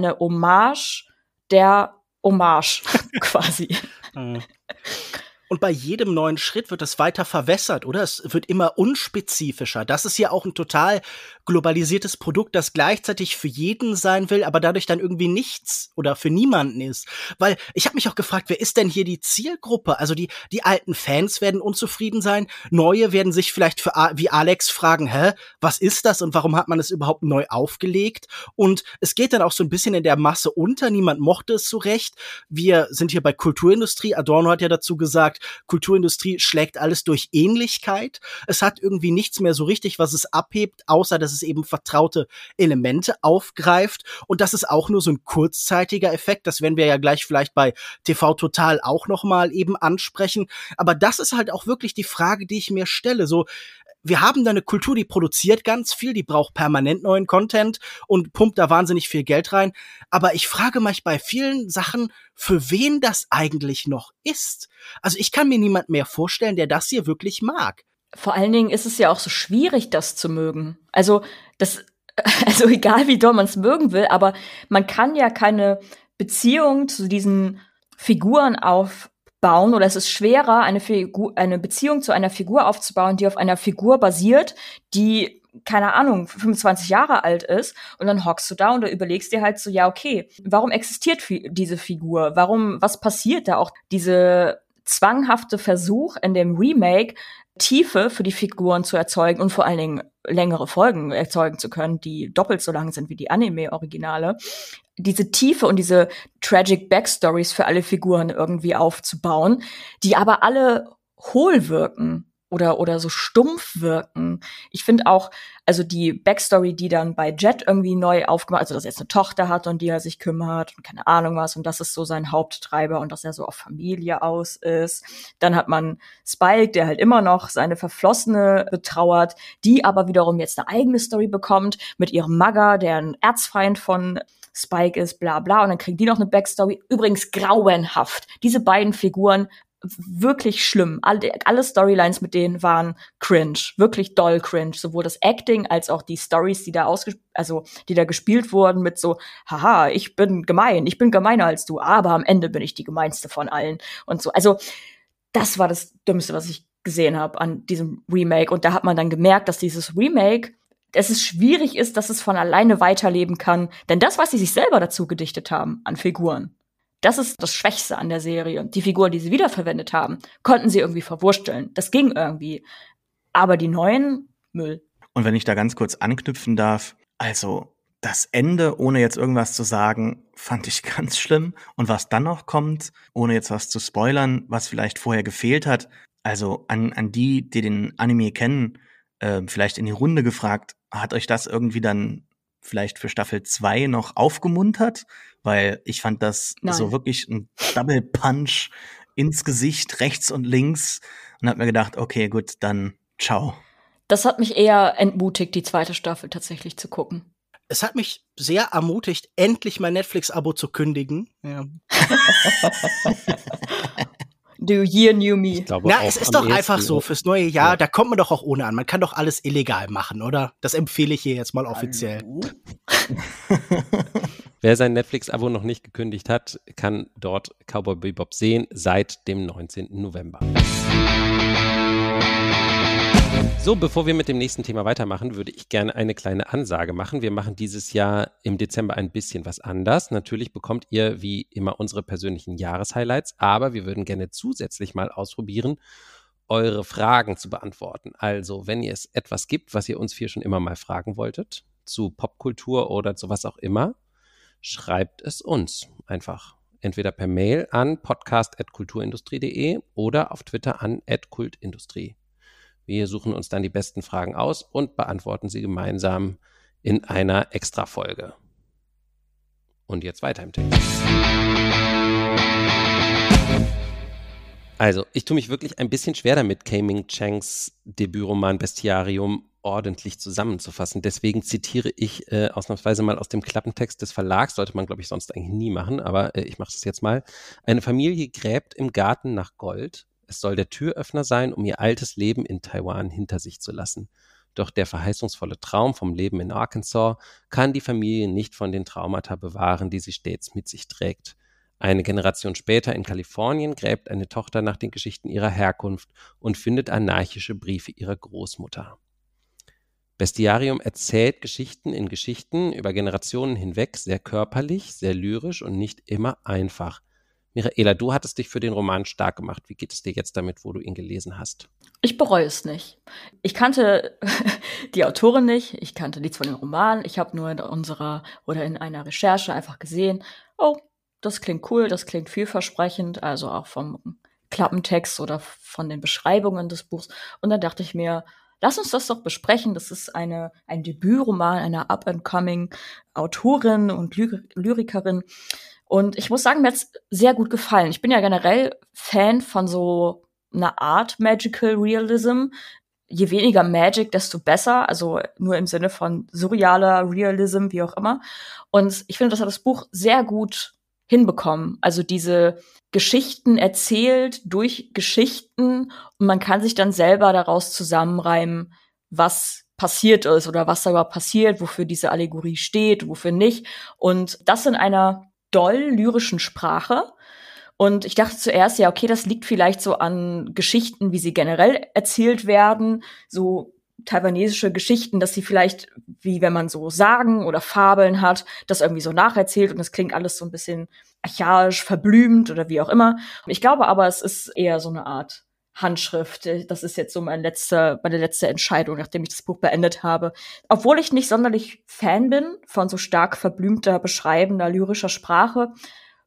der Hommage quasi. Und bei jedem neuen Schritt wird es weiter verwässert, oder? Es wird immer unspezifischer. Das ist ja auch ein total globalisiertes Produkt, das gleichzeitig für jeden sein will, aber dadurch dann irgendwie nichts oder für niemanden ist. Weil ich habe mich auch gefragt, wer ist denn hier die Zielgruppe? Also die alten Fans werden unzufrieden sein, neue werden sich vielleicht wie Alex fragen, was ist das und warum hat man es überhaupt neu aufgelegt? Und es geht dann auch so ein bisschen in der Masse unter, niemand mochte es so recht. Wir sind hier bei Kulturindustrie, Adorno hat ja dazu gesagt, Kulturindustrie schlägt alles durch Ähnlichkeit. Es hat irgendwie nichts mehr so richtig, was es abhebt, außer dass es eben vertraute Elemente aufgreift. Und das ist auch nur so ein kurzzeitiger Effekt. Das werden wir ja gleich vielleicht bei TV Total auch noch mal eben ansprechen. Aber das ist halt auch wirklich die Frage, die ich mir stelle. So, wir haben da eine Kultur, die produziert ganz viel, die braucht permanent neuen Content und pumpt da wahnsinnig viel Geld rein. Aber ich frage mich bei vielen Sachen, für wen das eigentlich noch ist. Also ich kann mir niemand mehr vorstellen, der das hier wirklich mag. Vor allen Dingen ist es ja auch so schwierig, das zu mögen. Also egal wie doll man es mögen will, aber man kann ja keine Beziehung zu diesen Figuren aufbauen, oder es ist schwerer, eine Beziehung zu einer Figur aufzubauen, die auf einer Figur basiert, die, keine Ahnung, 25 Jahre alt ist, und dann hockst du da und du überlegst dir halt so, ja, okay, warum existiert diese Figur? Was passiert da? Auch diese zwanghafte Versuch in dem Remake, Tiefe für die Figuren zu erzeugen und vor allen Dingen längere Folgen erzeugen zu können, die doppelt so lang sind wie die Anime-Originale. Diese Tiefe und diese tragic Backstories für alle Figuren irgendwie aufzubauen, die aber alle hohl wirken oder so stumpf wirken. Ich finde auch, also die Backstory, die dann bei Jet irgendwie neu aufgemacht, also dass er jetzt eine Tochter hat und die er sich kümmert und keine Ahnung was und das ist so sein Haupttreiber und dass er so auf Familie aus ist. Dann hat man Spike, der halt immer noch seine Verflossene betrauert, die aber wiederum jetzt eine eigene Story bekommt mit ihrem Mugger, der ein Erzfeind von Spike ist, bla bla, und dann kriegen die noch eine Backstory. Übrigens grauenhaft. Diese beiden Figuren, wirklich schlimm. Alle Storylines mit denen waren cringe, wirklich doll cringe. Sowohl das Acting als auch die Stories, die da gespielt wurden mit so, haha, ich bin gemeiner als du, aber am Ende bin ich die gemeinste von allen und so. Also das war das Dümmste, was ich gesehen habe an diesem Remake. Und da hat man dann gemerkt, dass dieses Remake, dass es schwierig ist, dass es von alleine weiterleben kann. Denn das, was sie sich selber dazu gedichtet haben an Figuren, das ist das Schwächste an der Serie. Die Figuren, die sie wiederverwendet haben, konnten sie irgendwie verwursteln. Das ging irgendwie. Aber die neuen, Müll. Und wenn ich da ganz kurz anknüpfen darf, also das Ende, ohne jetzt irgendwas zu sagen, fand ich ganz schlimm. Und was dann noch kommt, ohne jetzt was zu spoilern, was vielleicht vorher gefehlt hat, also an die den Anime kennen, vielleicht in die Runde gefragt, hat euch das irgendwie dann vielleicht für Staffel 2 noch aufgemuntert? Weil ich fand das so wirklich ein Double Punch ins Gesicht, rechts und links, und hab mir gedacht, okay, gut, dann ciao. Das hat mich eher entmutigt, die zweite Staffel tatsächlich zu gucken. Es hat mich sehr ermutigt, endlich mein Netflix-Abo zu kündigen. Ja. New Year, New Me. Na, es ist doch einfach so, fürs neue Jahr, da kommt man doch auch ohne an. Man kann doch alles illegal machen, oder? Das empfehle ich hier jetzt mal offiziell. Wer sein Netflix-Abo noch nicht gekündigt hat, kann dort Cowboy Bebop sehen seit dem 19. November. So, bevor wir mit dem nächsten Thema weitermachen, würde ich gerne eine kleine Ansage machen. Wir machen dieses Jahr im Dezember ein bisschen was anders. Natürlich bekommt ihr wie immer unsere persönlichen Jahreshighlights, aber wir würden gerne zusätzlich mal ausprobieren, eure Fragen zu beantworten. Also, wenn es etwas gibt, was ihr uns hier schon immer mal fragen wolltet, zu Popkultur oder zu was auch immer, schreibt es uns einfach. Entweder per Mail an podcast@kulturindustrie.de oder auf Twitter an @kultindustrie. Wir suchen uns dann die besten Fragen aus und beantworten sie gemeinsam in einer Extra-Folge. Und jetzt weiter im Text. Also, ich tue mich wirklich ein bisschen schwer damit, K-Ming Changs Debütroman Bestiarium ordentlich zusammenzufassen. Deswegen zitiere ich ausnahmsweise mal aus dem Klappentext des Verlags. Sollte man, glaube ich, sonst eigentlich nie machen, aber ich mache das jetzt mal. Eine Familie gräbt im Garten nach Gold. Es soll der Türöffner sein, um ihr altes Leben in Taiwan hinter sich zu lassen. Doch der verheißungsvolle Traum vom Leben in Arkansas kann die Familie nicht von den Traumata bewahren, die sie stets mit sich trägt. Eine Generation später in Kalifornien gräbt eine Tochter nach den Geschichten ihrer Herkunft und findet anarchische Briefe ihrer Großmutter. Bestiarium erzählt Geschichten in Geschichten über Generationen hinweg, sehr körperlich, sehr lyrisch und nicht immer einfach. Michaela, du hattest dich für den Roman stark gemacht. Wie geht es dir jetzt damit, wo du ihn gelesen hast? Ich bereue es nicht. Ich kannte die Autorin nicht, ich kannte nichts von dem Roman. Ich habe nur in einer Recherche einfach gesehen, oh, das klingt cool, das klingt vielversprechend, also auch vom Klappentext oder von den Beschreibungen des Buchs. Und dann dachte ich mir, lass uns das doch besprechen. Das ist ein Debütroman einer up-and-coming Autorin und Lyrikerin. Und ich muss sagen, mir hat's sehr gut gefallen. Ich bin ja generell Fan von so einer Art Magical Realism. Je weniger Magic, desto besser. Also nur im Sinne von surrealer Realism, wie auch immer. Und ich finde, das hat das Buch sehr gut hinbekommen. Also diese Geschichten erzählt durch Geschichten und man kann sich dann selber daraus zusammenreimen, was passiert ist oder was da überhaupt passiert, wofür diese Allegorie steht, wofür nicht. Und das in einer doll lyrischen Sprache. Und ich dachte zuerst, ja, okay, das liegt vielleicht so an Geschichten, wie sie generell erzählt werden, so taiwanesische Geschichten, dass sie vielleicht, wie wenn man so Sagen oder Fabeln hat, das irgendwie so nacherzählt und das klingt alles so ein bisschen archaisch, verblümt oder wie auch immer. Ich glaube aber, es ist eher so eine Art Handschrift. Das ist jetzt so meine letzte Entscheidung, nachdem ich das Buch beendet habe. Obwohl ich nicht sonderlich Fan bin von so stark verblümter, beschreibender, lyrischer Sprache,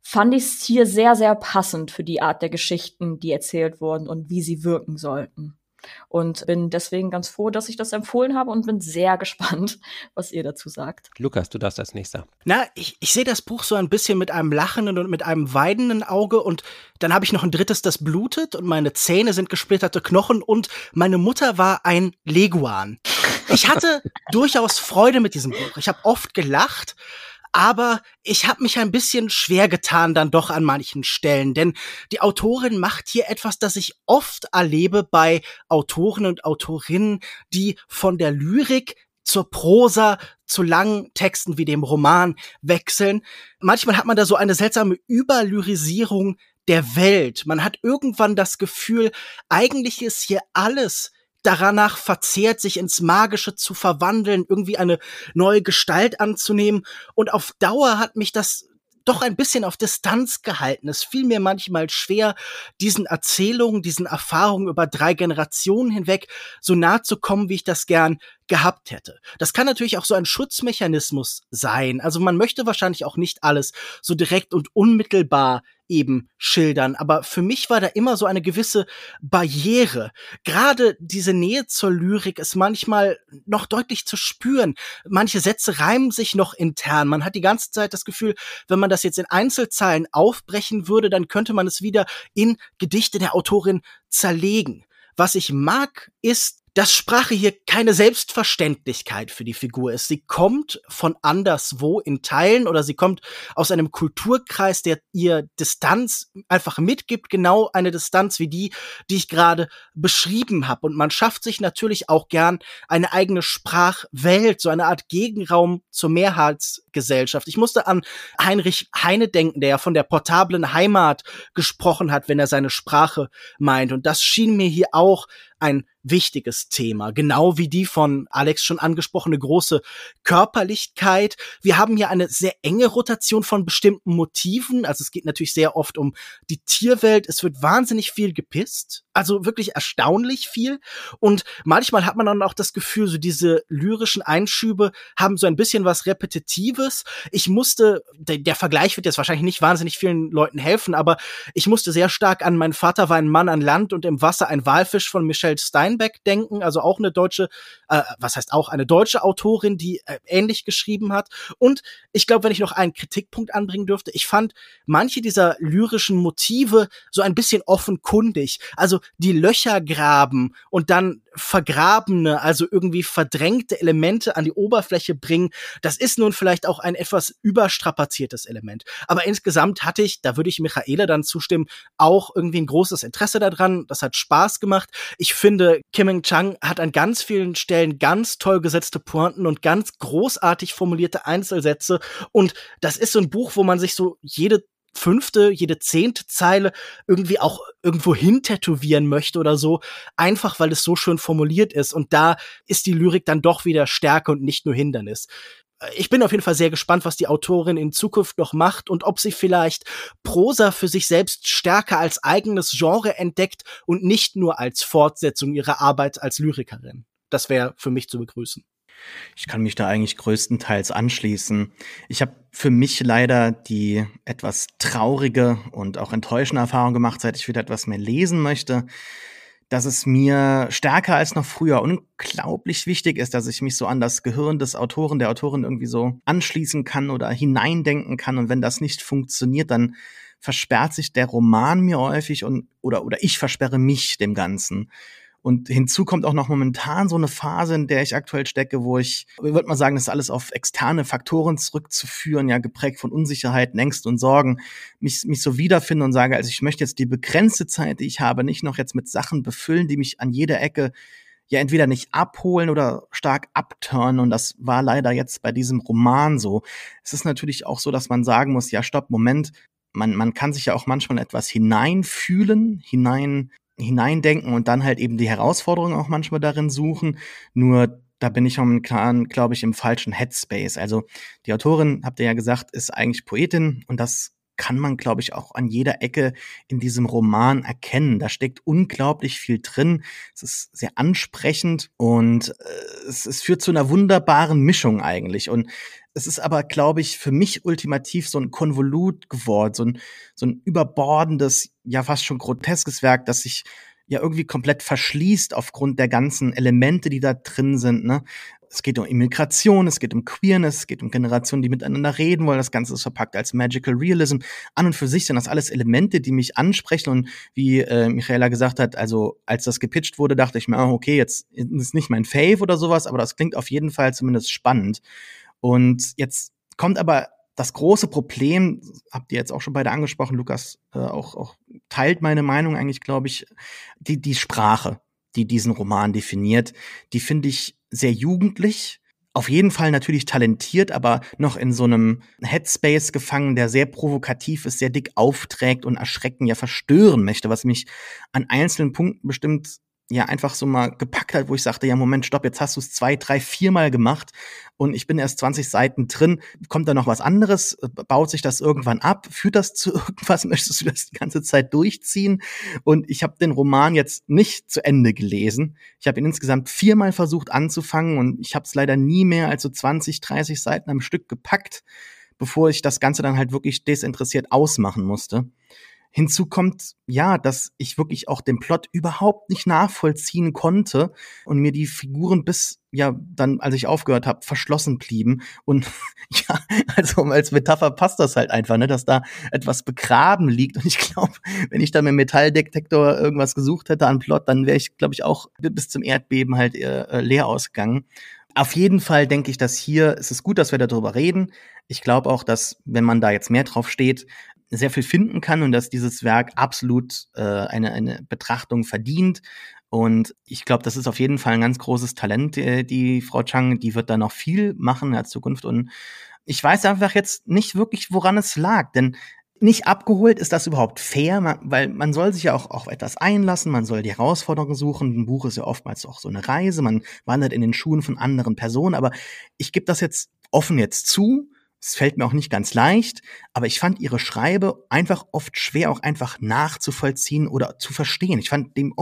fand ich es hier sehr, sehr passend für die Art der Geschichten, die erzählt wurden und wie sie wirken sollten. Und bin deswegen ganz froh, dass ich das empfohlen habe und bin sehr gespannt, was ihr dazu sagt. Lukas, du darfst als nächster. Na, ich sehe das Buch so ein bisschen mit einem lachenden und mit einem weinenden Auge und dann habe ich noch ein drittes, das blutet und meine Zähne sind gesplitterte Knochen und meine Mutter war ein Leguan. Ich hatte durchaus Freude mit diesem Buch. Ich habe oft gelacht, aber ich habe mich ein bisschen schwer getan dann doch an manchen Stellen, denn die Autorin macht hier etwas, das ich oft erlebe bei Autoren und Autorinnen, die von der Lyrik zur Prosa, zu langen Texten wie dem Roman wechseln. Manchmal hat man da so eine seltsame Überlyrisierung der Welt. Man hat irgendwann das Gefühl, eigentlich ist hier alles danach verzehrt, sich ins Magische zu verwandeln, irgendwie eine neue Gestalt anzunehmen. Und auf Dauer hat mich das doch ein bisschen auf Distanz gehalten. Es fiel mir manchmal schwer, diesen Erzählungen, diesen Erfahrungen über 3 Generationen hinweg so nahe zu kommen, wie ich das gern gehabt hätte. Das kann natürlich auch so ein Schutzmechanismus sein. Also man möchte wahrscheinlich auch nicht alles so direkt und unmittelbar eben schildern. Aber für mich war da immer so eine gewisse Barriere. Gerade diese Nähe zur Lyrik ist manchmal noch deutlich zu spüren. Manche Sätze reimen sich noch intern. Man hat die ganze Zeit das Gefühl, wenn man das jetzt in Einzelzeilen aufbrechen würde, dann könnte man es wieder in Gedichte der Autorin zerlegen. Was ich mag, ist, dass Sprache hier keine Selbstverständlichkeit für die Figur ist. Sie kommt von anderswo in Teilen oder sie kommt aus einem Kulturkreis, der ihr Distanz einfach mitgibt, genau eine Distanz wie die ich gerade beschrieben habe. Und man schafft sich natürlich auch gern eine eigene Sprachwelt, so eine Art Gegenraum zur Mehrheitsgesellschaft. Ich musste an Heinrich Heine denken, der ja von der portablen Heimat gesprochen hat, wenn er seine Sprache meint. Und das schien mir hier auch ein wichtiges Thema, genau wie die von Alex schon angesprochene große Körperlichkeit. Wir haben hier eine sehr enge Rotation von bestimmten Motiven, also es geht natürlich sehr oft um die Tierwelt, es wird wahnsinnig viel gepisst, also wirklich erstaunlich viel und manchmal hat man dann auch das Gefühl, so diese lyrischen Einschübe haben so ein bisschen was Repetitives. Ich musste, der Vergleich wird jetzt wahrscheinlich nicht wahnsinnig vielen Leuten helfen, aber ich musste sehr stark an Mein Vater war ein Mann an Land und im Wasser ein Walfisch von Michelle Steinbeck denken, also auch eine deutsche, eine deutsche Autorin, die ähnlich geschrieben hat. Und ich glaube, wenn ich noch einen Kritikpunkt anbringen dürfte, ich fand manche dieser lyrischen Motive so ein bisschen offenkundig. Also die Löcher graben und dann vergrabene, also irgendwie verdrängte Elemente an die Oberfläche bringen, das ist nun vielleicht auch ein etwas überstrapaziertes Element. Aber insgesamt hatte ich, da würde ich Michaela dann zustimmen, auch irgendwie ein großes Interesse daran. Das hat Spaß gemacht. Ich finde, Kim Chang hat an ganz vielen Stellen ganz toll gesetzte Pointen und ganz großartig formulierte Einzelsätze. Und das ist so ein Buch, wo man sich so jede 5., jede 10. Zeile irgendwie auch irgendwo hin tätowieren möchte oder so, einfach weil es so schön formuliert ist. Und da ist die Lyrik dann doch wieder Stärke und nicht nur Hindernis. Ich bin auf jeden Fall sehr gespannt, was die Autorin in Zukunft noch macht und ob sie vielleicht Prosa für sich selbst stärker als eigenes Genre entdeckt und nicht nur als Fortsetzung ihrer Arbeit als Lyrikerin. Das wäre für mich zu begrüßen. Ich kann mich da eigentlich größtenteils anschließen. Ich habe für mich leider die etwas traurige und auch enttäuschende Erfahrung gemacht, seit ich wieder etwas mehr lesen möchte, dass es mir stärker als noch früher unglaublich wichtig ist, dass ich mich so an das Gehirn des Autoren, der Autorin irgendwie so anschließen kann oder hineindenken kann. Und wenn das nicht funktioniert, dann versperrt sich der Roman mir häufig oder ich versperre mich dem Ganzen. Und hinzu kommt auch noch momentan so eine Phase, in der ich aktuell stecke, wo ich würde mal sagen, das ist alles auf externe Faktoren zurückzuführen, ja, geprägt von Unsicherheiten, Ängsten und Sorgen, mich so wiederfinde und sage, also ich möchte jetzt die begrenzte Zeit, die ich habe, nicht noch jetzt mit Sachen befüllen, die mich an jeder Ecke ja entweder nicht abholen oder stark abturnen. Und das war leider jetzt bei diesem Roman so. Es ist natürlich auch so, dass man sagen muss, ja, stopp, Moment, man kann sich ja auch manchmal etwas hineinfühlen, hineindenken und dann halt eben die Herausforderungen auch manchmal darin suchen. Nur da bin ich momentan, glaube ich, im falschen Headspace. Also die Autorin, habt ihr ja gesagt, ist eigentlich Poetin und das kann man, glaube ich, auch an jeder Ecke in diesem Roman erkennen. Da steckt unglaublich viel drin. Es ist sehr ansprechend und es führt zu einer wunderbaren Mischung eigentlich. Und es ist aber, glaube ich, für mich ultimativ so ein Konvolut geworden, so ein überbordendes, ja fast schon groteskes Werk, das sich ja irgendwie komplett verschließt aufgrund der ganzen Elemente, die da drin sind, ne? Es geht um Immigration, es geht um Queerness, es geht um Generationen, die miteinander reden wollen. Das Ganze ist verpackt als Magical Realism. An und für sich sind das alles Elemente, die mich ansprechen. Und wie Michaela gesagt hat, also als das gepitcht wurde, dachte ich mir, okay, jetzt ist nicht mein Fave oder sowas, aber das klingt auf jeden Fall zumindest spannend. Und jetzt kommt aber das große Problem, habt ihr jetzt auch schon beide angesprochen, Lukas auch teilt meine Meinung eigentlich, glaube ich, die Sprache, die diesen Roman definiert, die finde ich sehr jugendlich, auf jeden Fall natürlich talentiert, aber noch in so einem Headspace gefangen, der sehr provokativ ist, sehr dick aufträgt und erschrecken, ja verstören möchte, was mich an einzelnen Punkten bestimmt ja einfach so mal gepackt hat, wo ich sagte, ja Moment, stopp, jetzt hast du es 2, 3, 4 Mal gemacht und ich bin erst 20 Seiten drin, kommt da noch was anderes, baut sich das irgendwann ab, führt das zu irgendwas, möchtest du das die ganze Zeit durchziehen? Und ich habe den Roman jetzt nicht zu Ende gelesen, ich habe ihn insgesamt 4 Mal versucht anzufangen und ich habe es leider nie mehr als so 20, 30 Seiten am Stück gepackt, bevor ich das Ganze dann halt wirklich desinteressiert ausmachen musste. Hinzu kommt, ja, dass ich wirklich auch den Plot überhaupt nicht nachvollziehen konnte und mir die Figuren bis, ja, dann, als ich aufgehört habe, verschlossen blieben. Und ja, also als Metapher passt das halt einfach, ne, dass da etwas begraben liegt. Und ich glaube, wenn ich da mit dem Metalldetektor irgendwas gesucht hätte an Plot, dann wäre ich, glaube ich, auch bis zum Erdbeben halt leer ausgegangen. Auf jeden Fall denke ich, dass hier, es ist gut, dass wir darüber reden. Ich glaube auch, dass, wenn man da jetzt mehr drauf steht, sehr viel finden kann und dass dieses Werk absolut eine Betrachtung verdient. Und ich glaube, das ist auf jeden Fall ein ganz großes Talent, die Frau Chang, die wird da noch viel machen in der Zukunft. Und ich weiß einfach jetzt nicht wirklich, woran es lag, denn nicht abgeholt, ist das überhaupt fair? Weil man soll sich ja auch auf etwas einlassen, man soll die Herausforderungen suchen. Ein Buch ist ja oftmals auch so eine Reise, man wandert in den Schuhen von anderen Personen. Aber ich gebe das jetzt offen jetzt zu. Es fällt mir auch nicht ganz leicht, aber ich fand ihre Schreibe einfach oft schwer, auch einfach nachzuvollziehen oder zu verstehen. Ich konnte dem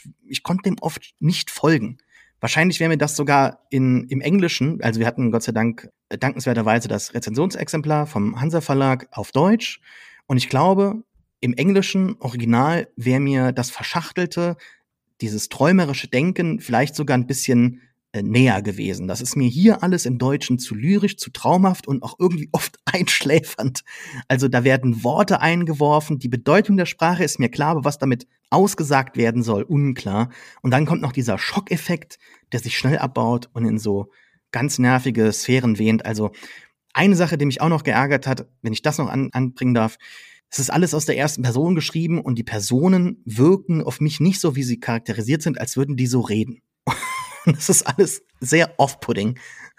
oft nicht folgen. Wahrscheinlich wäre mir das sogar im Englischen, also wir hatten Gott sei Dank dankenswerterweise das Rezensionsexemplar vom Hansa Verlag auf Deutsch. Und ich glaube, im englischen Original wäre mir das Verschachtelte, dieses träumerische Denken vielleicht sogar ein bisschen näher gewesen. Das ist mir hier alles im Deutschen zu lyrisch, zu traumhaft und auch irgendwie oft einschläfernd. Also da werden Worte eingeworfen, die Bedeutung der Sprache ist mir klar, aber was damit ausgesagt werden soll, unklar. Und dann kommt noch dieser Schockeffekt, der sich schnell abbaut und in so ganz nervige Sphären wähnt. Also eine Sache, die mich auch noch geärgert hat, wenn ich das noch anbringen darf, es ist alles aus der ersten Person geschrieben und die Personen wirken auf mich nicht so, wie sie charakterisiert sind, als würden die so reden. Und das ist alles sehr off-putting.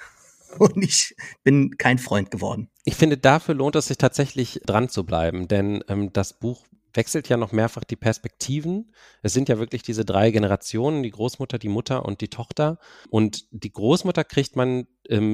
Und ich bin kein Freund geworden. Ich finde, dafür lohnt es sich tatsächlich dran zu bleiben, denn das Buch wechselt ja noch mehrfach die Perspektiven. Es sind ja wirklich diese 3 Generationen, die Großmutter, die Mutter und die Tochter. Und die Großmutter kriegt man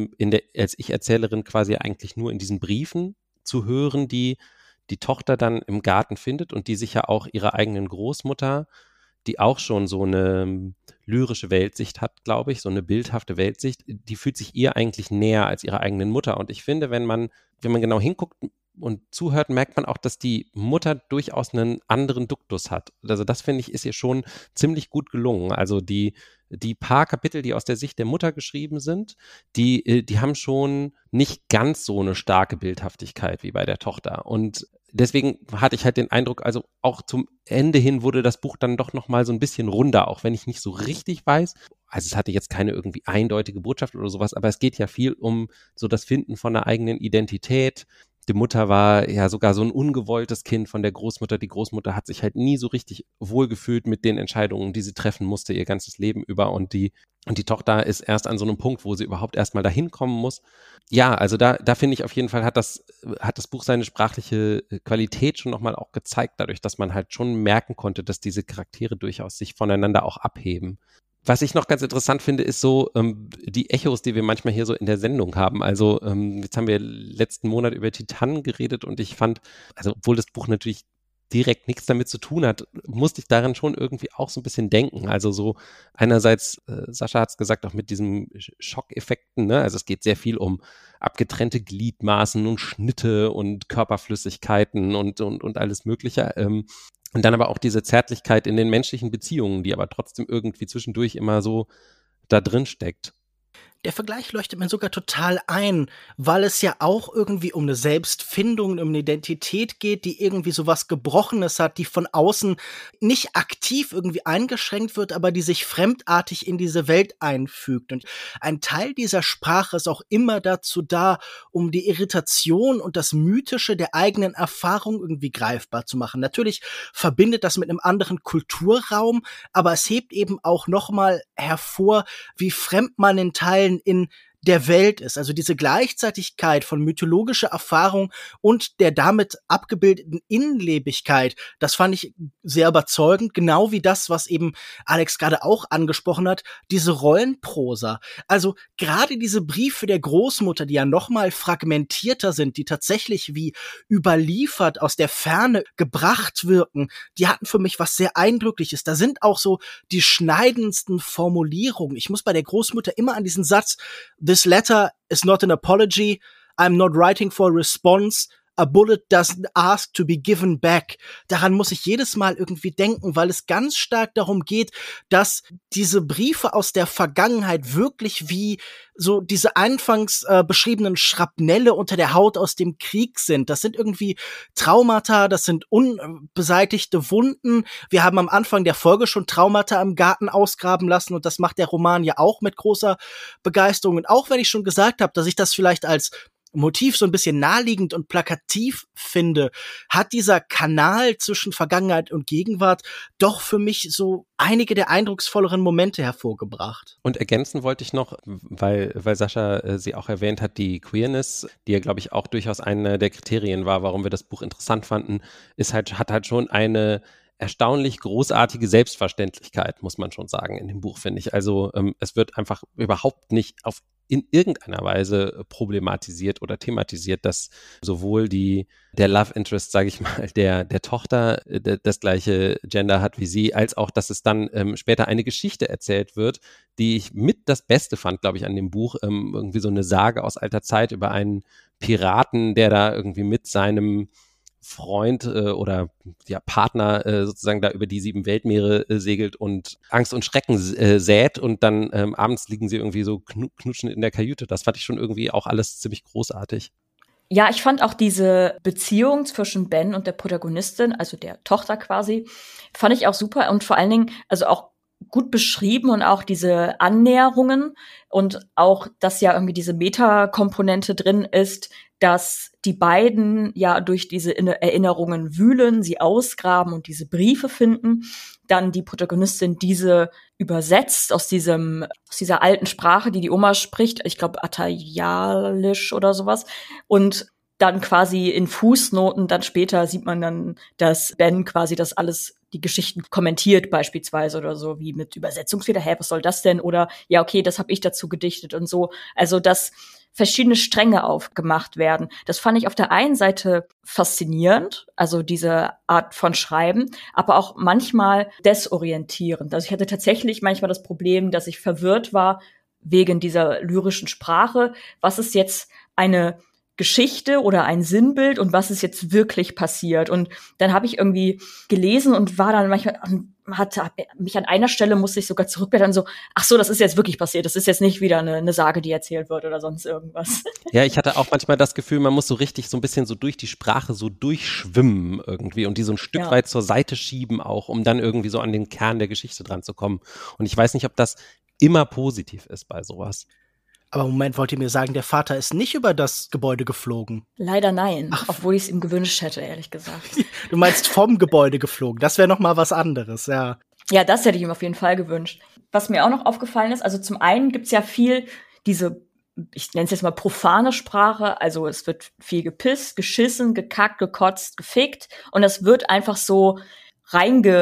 als Ich-Erzählerin quasi eigentlich nur in diesen Briefen zu hören, die die Tochter dann im Garten findet und die sich ja auch ihrer eigenen Großmutter, die auch schon so eine lyrische Weltsicht hat, glaube ich, so eine bildhafte Weltsicht, die fühlt sich ihr eigentlich näher als ihrer eigenen Mutter. Und ich finde, wenn man genau hinguckt und zuhört, merkt man auch, dass die Mutter durchaus einen anderen Duktus hat. Also das, finde ich, ist ihr schon ziemlich gut gelungen. Also die paar Kapitel, die aus der Sicht der Mutter geschrieben sind, die haben schon nicht ganz so eine starke Bildhaftigkeit wie bei der Tochter. Und deswegen hatte ich halt den Eindruck, also auch zum Ende hin wurde das Buch dann doch nochmal so ein bisschen runder, auch wenn ich nicht so richtig weiß. Also es hatte jetzt keine irgendwie eindeutige Botschaft oder sowas, aber es geht ja viel um so das Finden von einer eigenen Identität. Die Mutter war ja sogar so ein ungewolltes Kind von der Großmutter. Die Großmutter hat sich halt nie so richtig wohlgefühlt mit den Entscheidungen, die sie treffen musste, ihr ganzes Leben über. Und die Tochter ist erst an so einem Punkt, wo sie überhaupt erstmal dahin kommen muss. Ja, also da finde ich auf jeden Fall, hat das Buch seine sprachliche Qualität schon nochmal auch gezeigt, dadurch, dass man halt schon merken konnte, dass diese Charaktere durchaus sich voneinander auch abheben. Was ich noch ganz interessant finde, ist so die Echos, die wir manchmal hier so in der Sendung haben. Also jetzt haben wir letzten Monat über Titanen geredet und ich fand, also obwohl das Buch natürlich direkt nichts damit zu tun hat, musste ich daran schon irgendwie auch so ein bisschen denken. Also so einerseits, Sascha hat es gesagt, auch mit diesen Schockeffekten, ne? Also es geht sehr viel um abgetrennte Gliedmaßen und Schnitte und Körperflüssigkeiten und alles Mögliche. Und dann aber auch diese Zärtlichkeit in den menschlichen Beziehungen, die aber trotzdem irgendwie zwischendurch immer so da drin steckt. Der Vergleich leuchtet mir sogar total ein, weil es ja auch irgendwie um eine Selbstfindung, um eine Identität geht, die irgendwie sowas Gebrochenes hat, die von außen nicht aktiv irgendwie eingeschränkt wird, aber die sich fremdartig in diese Welt einfügt. Und ein Teil dieser Sprache ist auch immer dazu da, um die Irritation und das Mythische der eigenen Erfahrung irgendwie greifbar zu machen. Natürlich verbindet das mit einem anderen Kulturraum, aber es hebt eben auch nochmal hervor, wie fremd man in Teilen in der Welt ist. Also diese Gleichzeitigkeit von mythologischer Erfahrung und der damit abgebildeten Innenlebigkeit, das fand ich sehr überzeugend, genau wie das, was eben Alex gerade auch angesprochen hat, diese Rollenprosa. Also gerade diese Briefe der Großmutter, die ja nochmal fragmentierter sind, die tatsächlich wie überliefert aus der Ferne gebracht wirken, die hatten für mich was sehr Eindrückliches. Da sind auch so die schneidendsten Formulierungen. Ich muss bei der Großmutter immer an diesen Satz "This letter is not an apology. I'm not writing for a response. A bullet doesn't ask to be given back." Daran muss ich jedes Mal irgendwie denken, weil es ganz stark darum geht, dass diese Briefe aus der Vergangenheit wirklich wie so diese anfangs beschriebenen Schrapnelle unter der Haut aus dem Krieg sind. Das sind irgendwie Traumata, das sind unbeseitigte Wunden. Wir haben am Anfang der Folge schon Traumata im Garten ausgraben lassen und das macht der Roman ja auch mit großer Begeisterung. Und auch wenn ich schon gesagt habe, dass ich das vielleicht als Motiv so ein bisschen naheliegend und plakativ finde, hat dieser Kanal zwischen Vergangenheit und Gegenwart doch für mich so einige der eindrucksvolleren Momente hervorgebracht. Und ergänzen wollte ich noch, weil Sascha sie auch erwähnt hat, die Queerness, die ja, glaube ich, auch durchaus eine der Kriterien war, warum wir das Buch interessant fanden, hat halt schon eine erstaunlich großartige Selbstverständlichkeit, muss man schon sagen, in dem Buch, finde ich. Also es wird einfach überhaupt nicht in irgendeiner Weise problematisiert oder thematisiert, dass sowohl der Love Interest, sage ich mal, der Tochter das gleiche Gender hat wie sie, als auch, dass es dann später eine Geschichte erzählt wird, die ich mit das Beste fand, glaube ich, an dem Buch, irgendwie so eine Sage aus alter Zeit über einen Piraten, der da irgendwie mit seinem Freund oder ja, Partner sozusagen da über die 7 Weltmeere segelt und Angst und Schrecken sät und dann abends liegen sie irgendwie so knutschen in der Kajüte. Das fand ich schon irgendwie auch alles ziemlich großartig. Ja, ich fand auch diese Beziehung zwischen Ben und der Protagonistin, also der Tochter quasi, fand ich auch super und vor allen Dingen, also auch gut beschrieben und auch diese Annäherungen und auch, dass ja irgendwie diese Meta-Komponente drin ist, dass die beiden ja durch diese Erinnerungen wühlen, sie ausgraben und diese Briefe finden, dann die Protagonistin diese übersetzt aus dieser alten Sprache, die Oma spricht, ich glaube Atayalisch oder sowas, und dann quasi in Fußnoten, dann später sieht man dann, dass Ben quasi das alles, die Geschichten kommentiert beispielsweise oder so, wie mit Übersetzungsfehler, was soll das denn? Oder, ja, okay, das habe ich dazu gedichtet und so. Also, dass verschiedene Stränge aufgemacht werden. Das fand ich auf der einen Seite faszinierend, also diese Art von Schreiben, aber auch manchmal desorientierend. Also ich hatte tatsächlich manchmal das Problem, dass ich verwirrt war wegen dieser lyrischen Sprache. Was ist jetzt eine Geschichte oder ein Sinnbild und was ist jetzt wirklich passiert? Und dann habe ich irgendwie gelesen und war dann manchmal, hatte mich an einer Stelle, musste ich sogar zurückblättern, so, ach so, das ist jetzt wirklich passiert. Das ist jetzt nicht wieder eine Sage, die erzählt wird oder sonst irgendwas. Ja, ich hatte auch manchmal das Gefühl, man muss so richtig so ein bisschen so durch die Sprache so durchschwimmen irgendwie und die so ein Stück weit zur Seite schieben auch, um dann irgendwie so an den Kern der Geschichte dran zu kommen. Und ich weiß nicht, ob das immer positiv ist bei sowas. Aber Moment, wollt ihr mir sagen, der Vater ist nicht über das Gebäude geflogen? Leider nein, obwohl ich es ihm gewünscht hätte, ehrlich gesagt. Du meinst vom Gebäude geflogen, das wäre noch mal was anderes, ja. Ja, das hätte ich ihm auf jeden Fall gewünscht. Was mir auch noch aufgefallen ist, also zum einen gibt's ja viel diese, ich nenne es jetzt mal profane Sprache, also es wird viel gepisst, geschissen, gekackt, gekotzt, gefickt und es wird einfach so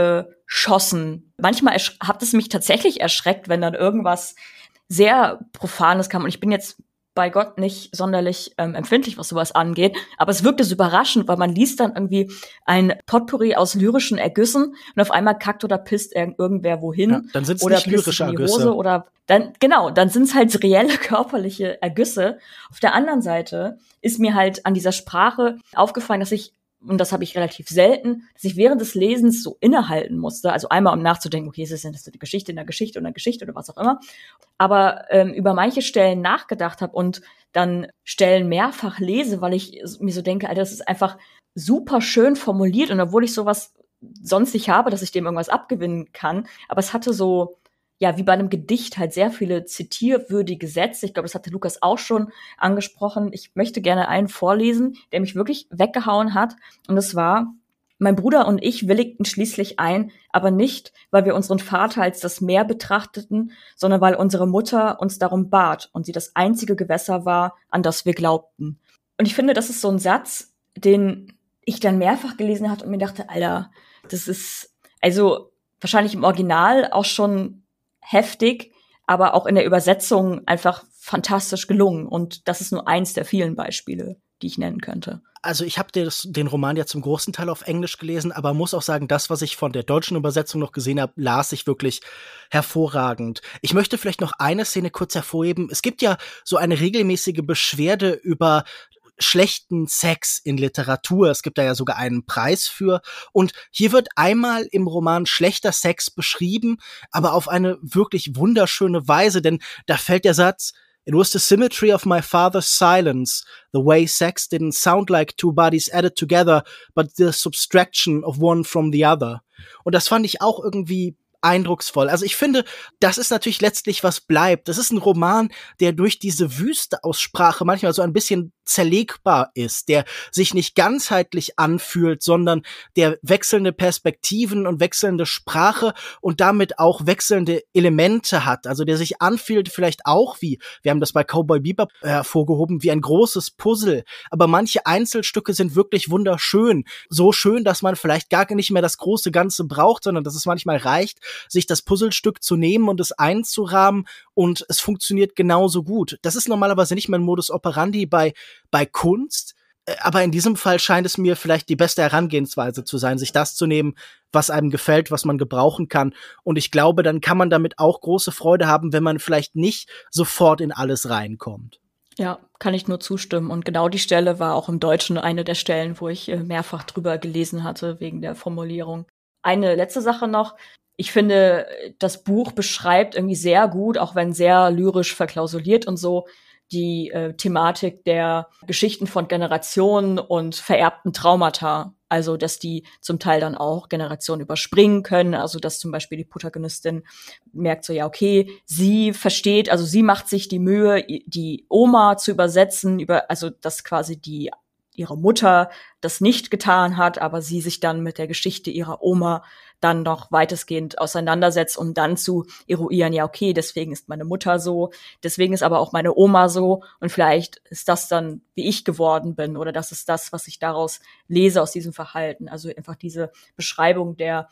geschossen. Manchmal hat es mich tatsächlich erschreckt, wenn dann irgendwas sehr Profanes kam. Und ich bin jetzt bei Gott nicht sonderlich empfindlich, was sowas angeht. Aber es wirkte so überraschend, weil man liest dann irgendwie ein Potpourri aus lyrischen Ergüssen und auf einmal kackt oder pisst irgendwer wohin. Ja, dann sind es oder nicht lyrische in die Ergüsse. Hose oder dann sind es halt reelle körperliche Ergüsse. Auf der anderen Seite ist mir halt an dieser Sprache aufgefallen, dass ich, und das habe ich relativ selten, dass ich während des Lesens so innehalten musste. Also einmal, um nachzudenken, okay, ist das denn die Geschichte in der Geschichte oder Geschichte oder was auch immer. Aber über manche Stellen nachgedacht habe und dann Stellen mehrfach lese, weil ich mir so denke, Alter, das ist einfach super schön formuliert. Und obwohl ich sowas sonst nicht habe, dass ich dem irgendwas abgewinnen kann, aber es hatte so, ja, wie bei einem Gedicht halt sehr viele zitierwürdige Sätze. Ich glaube, das hatte Lukas auch schon angesprochen. Ich möchte gerne einen vorlesen, der mich wirklich weggehauen hat. Und es war: Mein Bruder und ich willigten schließlich ein, aber nicht, weil wir unseren Vater als das Meer betrachteten, sondern weil unsere Mutter uns darum bat und sie das einzige Gewässer war, an das wir glaubten. Und ich finde, das ist so ein Satz, den ich dann mehrfach gelesen hatte und mir dachte, Alter, das ist also wahrscheinlich im Original auch schon heftig, aber auch in der Übersetzung einfach fantastisch gelungen. Und das ist nur eins der vielen Beispiele, die ich nennen könnte. Also ich habe den Roman ja zum großen Teil auf Englisch gelesen, aber muss auch sagen, das, was ich von der deutschen Übersetzung noch gesehen habe, las ich wirklich hervorragend. Ich möchte vielleicht noch eine Szene kurz hervorheben. Es gibt ja so eine regelmäßige Beschwerde über schlechten Sex in Literatur. Es gibt da ja sogar einen Preis für. Und hier wird einmal im Roman schlechter Sex beschrieben, aber auf eine wirklich wunderschöne Weise, denn da fällt der Satz: It was the symmetry of my father's silence, the way sex didn't sound like two bodies added together, but the subtraction of one from the other. Und das fand ich auch irgendwie eindrucksvoll. Also ich finde, das ist natürlich letztlich, was bleibt. Das ist ein Roman, der durch diese wüste Aussprache manchmal so ein bisschen zerlegbar ist, der sich nicht ganzheitlich anfühlt, sondern der wechselnde Perspektiven und wechselnde Sprache und damit auch wechselnde Elemente hat. Also der sich anfühlt vielleicht auch wie, wir haben das bei Cowboy Bebop hervorgehoben, wie ein großes Puzzle. Aber manche Einzelstücke sind wirklich wunderschön. So schön, dass man vielleicht gar nicht mehr das große Ganze braucht, sondern dass es manchmal reicht, sich das Puzzlestück zu nehmen und es einzurahmen, und es funktioniert genauso gut. Das ist normalerweise nicht mein Modus operandi bei Kunst, aber in diesem Fall scheint es mir vielleicht die beste Herangehensweise zu sein, sich das zu nehmen, was einem gefällt, was man gebrauchen kann. Und ich glaube, dann kann man damit auch große Freude haben, wenn man vielleicht nicht sofort in alles reinkommt. Ja, kann ich nur zustimmen. Und genau die Stelle war auch im Deutschen eine der Stellen, wo ich mehrfach drüber gelesen hatte, wegen der Formulierung. Eine letzte Sache noch. Ich finde, das Buch beschreibt irgendwie sehr gut, auch wenn sehr lyrisch verklausuliert und so, die Thematik der Geschichten von Generationen und vererbten Traumata. Also, dass die zum Teil dann auch Generationen überspringen können. Also, dass zum Beispiel die Protagonistin merkt so, ja, okay, sie versteht, also sie macht sich die Mühe, die Oma zu übersetzen, also dass quasi ihre Mutter das nicht getan hat, aber sie sich dann mit der Geschichte ihrer Oma dann noch weitestgehend auseinandersetzt, um dann zu eruieren, ja, okay, deswegen ist meine Mutter so, deswegen ist aber auch meine Oma so, und vielleicht ist das dann, wie ich geworden bin, oder das ist das, was ich daraus lese aus diesem Verhalten. Also einfach diese Beschreibung der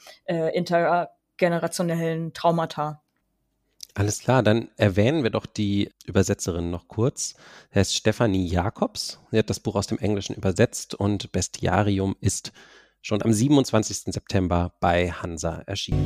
intergenerationellen Traumata. Alles klar, dann erwähnen wir doch die Übersetzerin noch kurz. Das heißt Stefanie Jacobs. Sie hat das Buch aus dem Englischen übersetzt und Bestiarium ist schon am 27. September bei Hansa erschienen.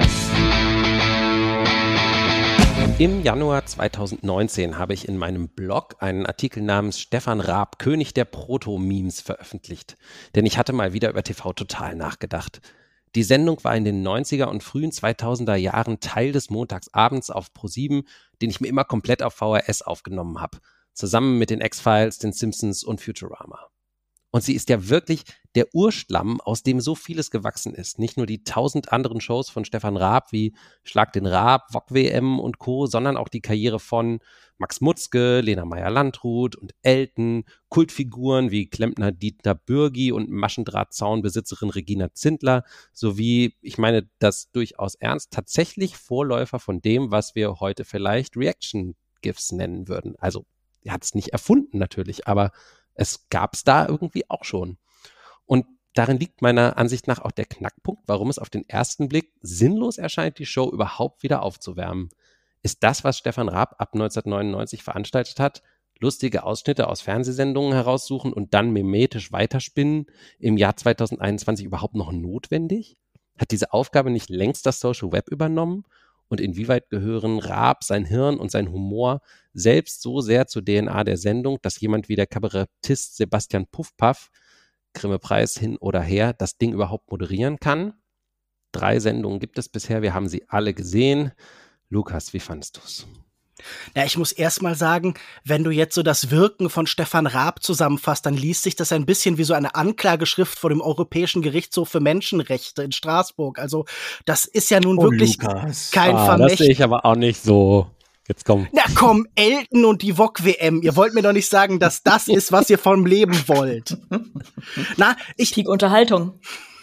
Im Januar 2019 habe ich in meinem Blog einen Artikel namens Stefan Raab, König der Proto-Memes veröffentlicht. Denn ich hatte mal wieder über TV Total nachgedacht. Die Sendung war in den 90er und frühen 2000er Jahren Teil des Montagsabends auf Pro7, den ich mir immer komplett auf VHS aufgenommen habe. Zusammen mit den X-Files, den Simpsons und Futurama. Und sie ist ja wirklich der Urschlamm, aus dem so vieles gewachsen ist. Nicht nur die 1000 anderen Shows von Stefan Raab wie Schlag den Raab, VOG WM und Co., sondern auch die Karriere von Max Mutzke, Lena Meyer-Landrut und Elton, Kultfiguren wie Klempner Dieter Bürgi und Maschendrahtzaunbesitzerin Regina Zindler, sowie, ich meine das durchaus ernst, tatsächlich Vorläufer von dem, was wir heute vielleicht Reaction-GIFs nennen würden. Also, er hat es nicht erfunden natürlich, aber es gab es da irgendwie auch schon. Und Darin liegt meiner Ansicht nach auch der Knackpunkt, warum es auf den ersten Blick sinnlos erscheint, die Show überhaupt wieder aufzuwärmen. Ist das, was Stefan Raab ab 1999 veranstaltet hat, lustige Ausschnitte aus Fernsehsendungen heraussuchen und dann mimetisch weiterspinnen, im Jahr 2021 überhaupt noch notwendig? Hat diese Aufgabe nicht längst das Social Web übernommen? Und inwieweit gehören Raab, sein Hirn und sein Humor selbst so sehr zur DNA der Sendung, dass jemand wie der Kabarettist Sebastian Puffpaff, Grimme-Preis hin oder her, das Ding überhaupt moderieren kann? 3 Sendungen gibt es bisher, wir haben sie alle gesehen. Lukas, wie fandest du's? Ja, ich muss erst mal sagen, wenn du jetzt so das Wirken von Stefan Raab zusammenfasst, dann liest sich das ein bisschen wie so eine Anklageschrift vor dem Europäischen Gerichtshof für Menschenrechte in Straßburg. Also das ist ja nun wirklich Lukas. kein Das Vermächtnis. sehe ich aber auch nicht so. Jetzt komm. Na komm, Elton und die VOG-WM. Ihr wollt mir doch nicht sagen, dass das ist, was ihr vom Leben wollt. Na, Peak Unterhaltung.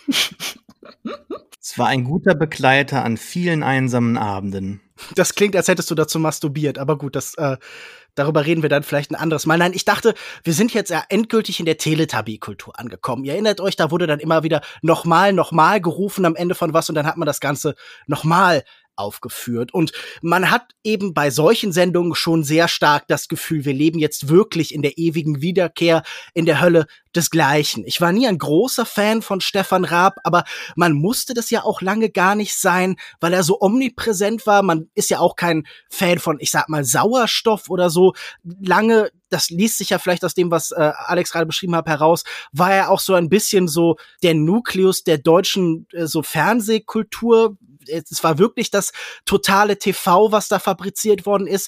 Es war ein guter Begleiter an vielen einsamen Abenden. Das klingt, als hättest du dazu masturbiert, aber gut, darüber reden wir dann vielleicht ein anderes Mal. Nein, ich dachte, wir sind jetzt ja endgültig in der Teletubby-Kultur angekommen. Ihr erinnert euch, da wurde dann immer wieder nochmal gerufen am Ende von was und dann hat man das Ganze nochmal aufgeführt. Und man hat eben bei solchen Sendungen schon sehr stark das Gefühl, wir leben jetzt wirklich in der ewigen Wiederkehr in der Hölle desgleichen. Ich war nie ein großer Fan von Stefan Raab, aber man musste das ja auch lange gar nicht sein, weil er so omnipräsent war. Man ist ja auch kein Fan von, ich sag mal, Sauerstoff oder so. Lange, das liest sich ja vielleicht aus dem, was Alex gerade beschrieben hat, heraus, war er auch so ein bisschen so der Nukleus der deutschen so Fernsehkultur. Es war wirklich das totale TV, was da fabriziert worden ist.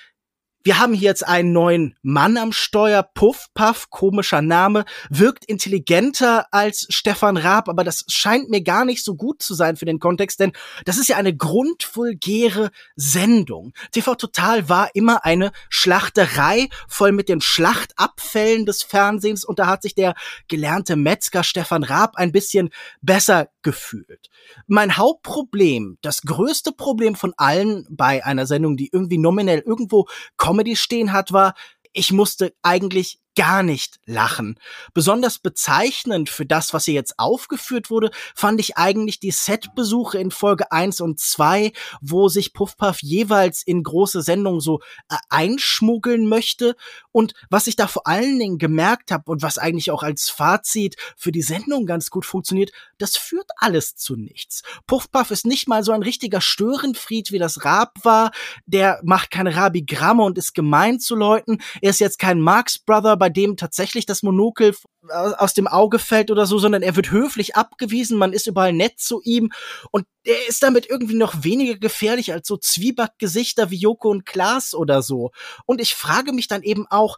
Wir haben hier jetzt einen neuen Mann am Steuer, Puffpaff, komischer Name, wirkt intelligenter als Stefan Raab, aber das scheint mir gar nicht so gut zu sein für den Kontext, denn das ist ja eine grundvulgäre Sendung. TV Total war immer eine Schlachterei, voll mit den Schlachtabfällen des Fernsehens, und da hat sich der gelernte Metzger Stefan Raab ein bisschen besser gefühlt. Mein Hauptproblem, das größte Problem von allen bei einer Sendung, die irgendwie nominell irgendwo Comedy stehen hat, war, ich musste eigentlich gar nicht lachen. Besonders bezeichnend für das, was hier jetzt aufgeführt wurde, fand ich eigentlich die Setbesuche in Folge 1 und 2, wo sich Puffpaff jeweils in große Sendungen so einschmuggeln möchte. Und was ich da vor allen Dingen gemerkt habe und was eigentlich auch als Fazit für die Sendung ganz gut funktioniert, das führt alles zu nichts. Puffpaff ist nicht mal so ein richtiger Störenfried, wie das Raab war. Der macht keine Rabigramme und ist gemein zu Leuten. Er ist jetzt kein Marx Brother, bei dem tatsächlich das Monokel aus dem Auge fällt oder so, sondern er wird höflich abgewiesen, man ist überall nett zu ihm und er ist damit irgendwie noch weniger gefährlich als so Zwiebackgesichter wie Joko und Klaas oder so. Und ich frage mich dann eben auch,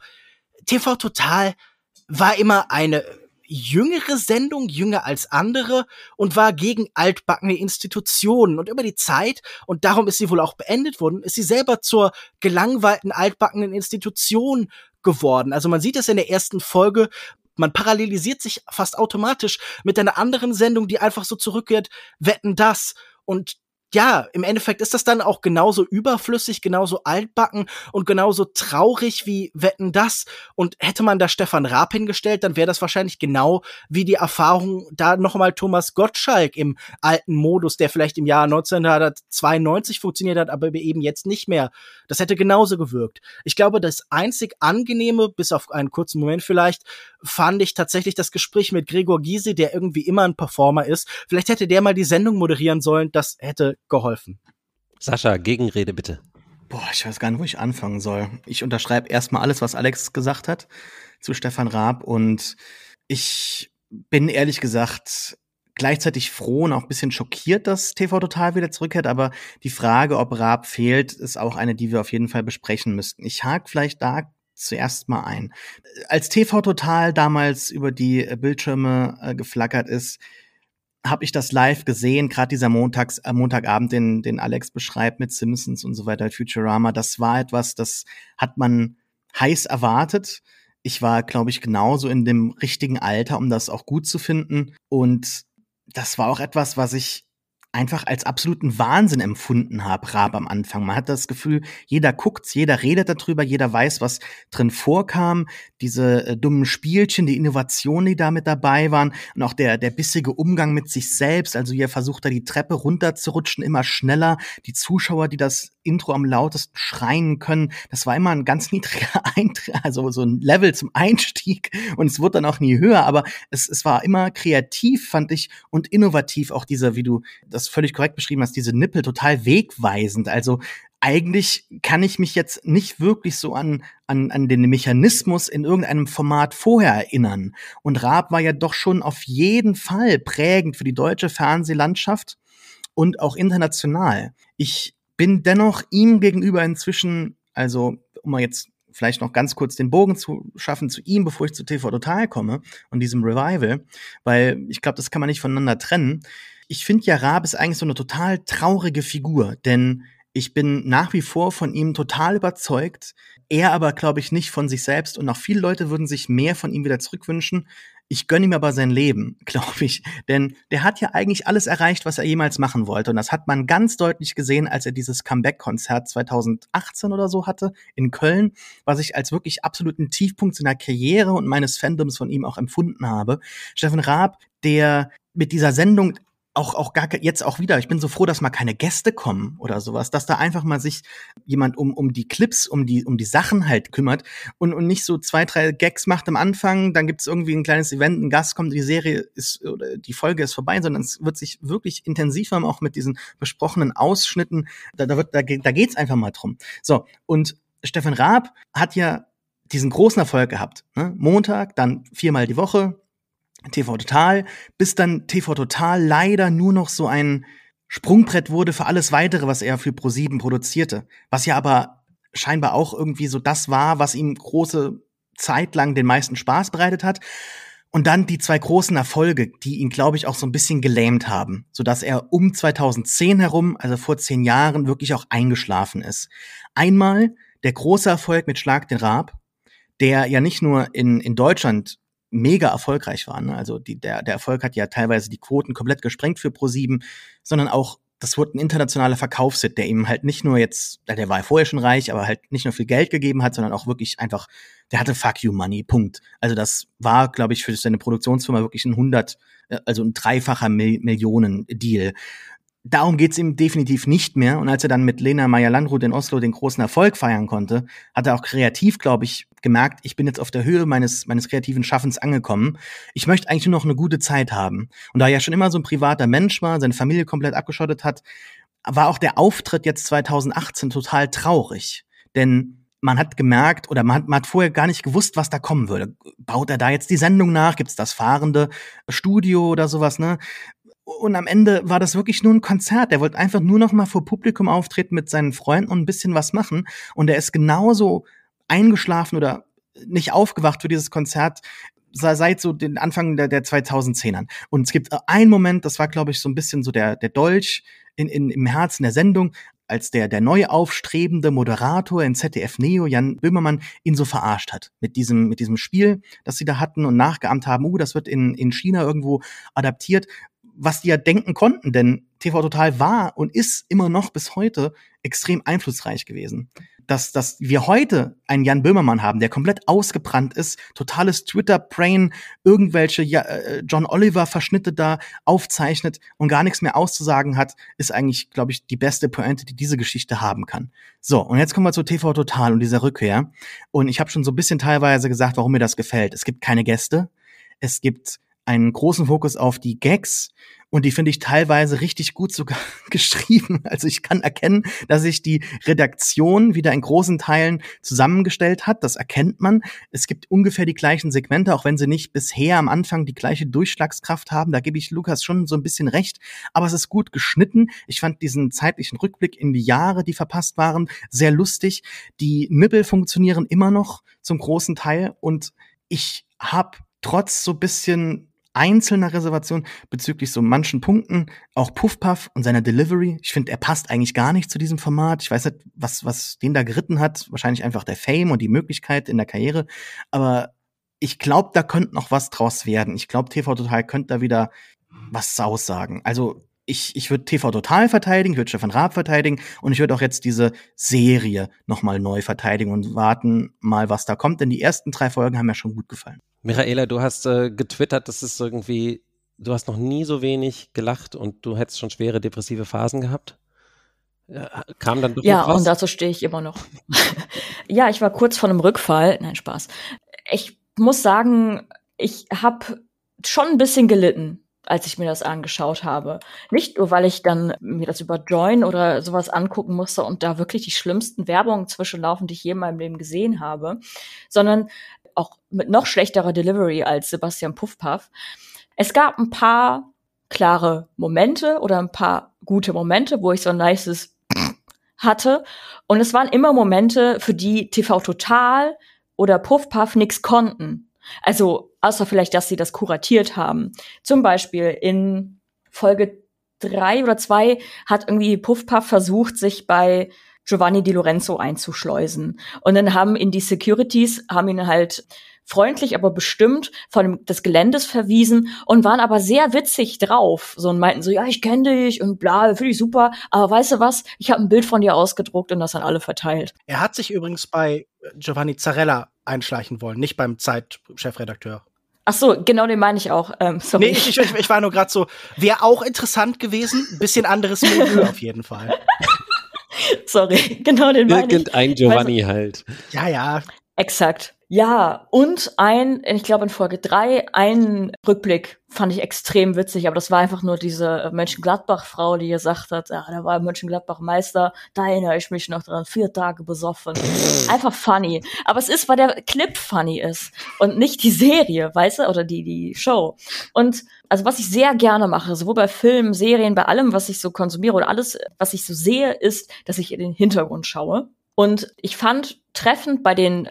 TV Total war immer eine jüngere Sendung, jünger als andere, und war gegen altbackene Institutionen. Und über die Zeit, und darum ist sie wohl auch beendet worden, ist sie selber zur gelangweilten altbackenen Institution geworden. Also man sieht es in der ersten Folge, man parallelisiert sich fast automatisch mit einer anderen Sendung, die einfach so zurückkehrt, Wetten, das. Und ja, im Endeffekt ist das dann auch genauso überflüssig, genauso altbacken und genauso traurig wie Wetten, das. Und hätte man da Stefan Raab hingestellt, dann wäre das wahrscheinlich genau wie die Erfahrung da nochmal Thomas Gottschalk im alten Modus, der vielleicht im Jahr 1992 funktioniert hat, aber eben jetzt nicht mehr. Das hätte genauso gewirkt. Ich glaube, das einzig Angenehme, bis auf einen kurzen Moment vielleicht, fand ich tatsächlich das Gespräch mit Gregor Gysi, der irgendwie immer ein Performer ist. Vielleicht hätte der mal die Sendung moderieren sollen, das hätte geholfen. Sascha, Gegenrede bitte. Boah, ich weiß gar nicht, wo ich anfangen soll. Ich unterschreibe erstmal alles, was Alex gesagt hat zu Stefan Raab, und ich bin ehrlich gesagt gleichzeitig froh und auch ein bisschen schockiert, dass TV Total wieder zurückkehrt, aber die Frage, ob Raab fehlt, ist auch eine, die wir auf jeden Fall besprechen müssten. Ich hake vielleicht da zuerst mal ein. Als TV Total damals über die Bildschirme geflackert ist, habe ich das live gesehen, gerade dieser Montagabend, den Alex beschreibt mit Simpsons und so weiter, Futurama, das war etwas, das hat man heiß erwartet. Ich war, glaube ich, genauso in dem richtigen Alter, um das auch gut zu finden. Und das war auch etwas, was ich einfach als absoluten Wahnsinn empfunden habe, Raab am Anfang. Man hat das Gefühl, jeder guckt's, jeder redet darüber, jeder weiß, was drin vorkam, diese dummen Spielchen, die Innovationen, die da mit dabei waren und auch der bissige Umgang mit sich selbst, also hier versucht er die Treppe runterzurutschen, immer schneller, die Zuschauer, die das Intro am lautesten schreien können, das war immer ein ganz niedriger also so ein Level zum Einstieg und es wurde dann auch nie höher, aber es war immer kreativ, fand ich, und innovativ, auch dieser, wie du das völlig korrekt beschrieben hast, diese Nippel total wegweisend. Also eigentlich kann ich mich jetzt nicht wirklich so an den Mechanismus in irgendeinem Format vorher erinnern. Und Raab war ja doch schon auf jeden Fall prägend für die deutsche Fernsehlandschaft und auch international. Ich bin dennoch ihm gegenüber inzwischen, also um mal jetzt vielleicht noch ganz kurz den Bogen zu schaffen zu ihm, bevor ich zu TV Total komme und diesem Revival, weil ich glaube, das kann man nicht voneinander trennen. Ich finde ja, Raab ist eigentlich so eine total traurige Figur, denn ich bin nach wie vor von ihm total überzeugt, er aber, glaube ich, nicht von sich selbst und auch viele Leute würden sich mehr von ihm wieder zurückwünschen. Ich gönne ihm aber sein Leben, glaube ich, denn der hat ja eigentlich alles erreicht, was er jemals machen wollte und das hat man ganz deutlich gesehen, als er dieses Comeback-Konzert 2018 oder so hatte in Köln, was ich als wirklich absoluten Tiefpunkt seiner Karriere und meines Fandoms von ihm auch empfunden habe. Steffen Raab, der mit dieser Sendung auch gar jetzt auch wieder, ich bin so froh, dass mal keine Gäste kommen oder sowas, dass da einfach mal sich jemand um die Clips, um die Sachen halt kümmert und nicht so 2, 3 Gags macht am Anfang, dann gibt's irgendwie ein kleines Event, ein Gast kommt, die Serie ist oder die Folge ist vorbei, sondern es wird sich wirklich intensiver auch mit diesen besprochenen Ausschnitten, da geht's einfach mal drum. So, und Steffen Raab hat ja diesen großen Erfolg gehabt, ne? Montag, dann 4-mal die Woche, TV Total, bis dann TV Total leider nur noch so ein Sprungbrett wurde für alles Weitere, was er für ProSieben produzierte. Was ja aber scheinbar auch irgendwie so das war, was ihm große Zeit lang den meisten Spaß bereitet hat. Und dann die 2 großen Erfolge, die ihn, glaube ich, auch so ein bisschen gelähmt haben, sodass er um 2010 herum, also vor 10 Jahren, wirklich auch eingeschlafen ist. Einmal der große Erfolg mit Schlag den Raab, der ja nicht nur in Deutschland mega erfolgreich war, ne? Also der Erfolg hat ja teilweise die Quoten komplett gesprengt für ProSieben, sondern auch, das wurde ein internationaler Verkaufshit, der ihm halt nicht nur jetzt, der war ja vorher schon reich, aber halt nicht nur viel Geld gegeben hat, sondern auch wirklich einfach, der hatte Fuck you Money, Punkt. Also das war, glaube ich, für seine Produktionsfirma wirklich ein 3-facher Millionen-Deal. Darum geht's ihm definitiv nicht mehr. Und als er dann mit Lena Meyer-Landrut in Oslo den großen Erfolg feiern konnte, hat er auch kreativ, glaube ich, gemerkt, ich bin jetzt auf der Höhe meines kreativen Schaffens angekommen. Ich möchte eigentlich nur noch eine gute Zeit haben. Und da er ja schon immer so ein privater Mensch war, seine Familie komplett abgeschottet hat, war auch der Auftritt jetzt 2018 total traurig. Denn man hat gemerkt, oder man hat vorher gar nicht gewusst, was da kommen würde. Baut er da jetzt die Sendung nach? Gibt's das fahrende Studio oder sowas, ne? Und am Ende war das wirklich nur ein Konzert. Der wollte einfach nur noch mal vor Publikum auftreten mit seinen Freunden und ein bisschen was machen. Und er ist genauso eingeschlafen oder nicht aufgewacht für dieses Konzert seit so den Anfang der 2010ern. Und es gibt einen Moment, das war, glaube ich, so ein bisschen so der Dolch im Herzen der Sendung, als der neu aufstrebende Moderator in ZDF Neo, Jan Böhmermann, ihn so verarscht hat. Mit diesem Spiel, das sie da hatten und nachgeahmt haben, das wird in China irgendwo adaptiert. Was die ja denken konnten, denn TV Total war und ist immer noch bis heute extrem einflussreich gewesen. Dass wir heute einen Jan Böhmermann haben, der komplett ausgebrannt ist, totales Twitter-Brain, irgendwelche John Oliver-Verschnitte da aufzeichnet und gar nichts mehr auszusagen hat, ist eigentlich, glaube ich, die beste Pointe, die diese Geschichte haben kann. So, und jetzt kommen wir zu TV Total und dieser Rückkehr. Und ich habe schon so ein bisschen teilweise gesagt, warum mir das gefällt. Es gibt keine Gäste, es gibt einen großen Fokus auf die Gags und die finde ich teilweise richtig gut sogar geschrieben. Also ich kann erkennen, dass sich die Redaktion wieder in großen Teilen zusammengestellt hat. Das erkennt man. Es gibt ungefähr die gleichen Segmente, auch wenn sie nicht bisher am Anfang die gleiche Durchschlagskraft haben. Da gebe ich Lukas schon so ein bisschen recht. Aber es ist gut geschnitten. Ich fand diesen zeitlichen Rückblick in die Jahre, die verpasst waren, sehr lustig. Die Nippel funktionieren immer noch zum großen Teil und ich habe trotz so bisschen einzelner Reservation bezüglich so manchen Punkten, auch Puff-Puff und seiner Delivery. Ich finde, er passt eigentlich gar nicht zu diesem Format. Ich weiß nicht, was den da geritten hat. Wahrscheinlich einfach der Fame und die Möglichkeit in der Karriere. Aber ich glaube, da könnte noch was draus werden. Ich glaube, TV Total könnte da wieder was aussagen. Also ich würde TV Total verteidigen, ich würde Stefan Raab verteidigen und ich würde auch jetzt diese Serie nochmal neu verteidigen und warten mal, was da kommt, denn die ersten 3 Folgen haben mir schon gut gefallen. Michaela, du hast getwittert, das ist irgendwie, du hast noch nie so wenig gelacht und du hättest schon schwere depressive Phasen gehabt. Kam dann doch Ja, noch was? und dazu stehe ich immer noch. Ja, ich war kurz vor einem Rückfall. Nein, Spaß. Ich muss sagen, ich habe schon ein bisschen gelitten, als ich mir das angeschaut habe. Nicht nur, weil ich dann mir das über Join oder sowas angucken musste und da wirklich die schlimmsten Werbungen zwischenlaufen, die ich je in meinem Leben gesehen habe, sondern auch mit noch schlechterer Delivery als Sebastian Puffpaff. Es gab ein paar klare Momente oder ein paar gute Momente, wo ich so ein nices hatte. Und es waren immer Momente, für die TV Total oder Puffpaff nix konnten. Also, außer vielleicht, dass sie das kuratiert haben. Zum Beispiel in Folge 3 oder 2 hat irgendwie Puffpaff versucht, sich bei Giovanni Di Lorenzo einzuschleusen. Und dann haben ihn die Securities, haben ihn halt freundlich, aber bestimmt von des Geländes verwiesen und waren aber sehr witzig drauf. So und meinten so, ja, ich kenne dich und bla, finde ich super. Aber weißt du was? Ich habe ein Bild von dir ausgedruckt und das an alle verteilt. Er hat sich übrigens bei Giovanni Zarella einschleichen wollen, nicht beim Zeit-Chefredakteur. Ach so, genau, den meine ich auch. Sorry. Nee, ich war nur gerade so, wäre auch interessant gewesen. Ein bisschen anderes Milieu auf jeden Fall. Sorry, genau den meine ich. Irgendein Giovanni halt. Ja. Exakt. Ja, und ich glaube in Folge 3, ein Rückblick fand ich extrem witzig, aber das war einfach nur diese Mönchengladbach-Frau, die gesagt hat, ja, da war Mönchengladbach-Meister, da erinnere ich mich noch dran, 4 Tage besoffen. Einfach funny. Aber es ist, weil der Clip funny ist und nicht die Serie, weißt du, oder die Show. Und also was ich sehr gerne mache, sowohl bei Filmen, Serien, bei allem, was ich so konsumiere oder alles, was ich so sehe, ist, dass ich in den Hintergrund schaue. Und ich fand treffend bei den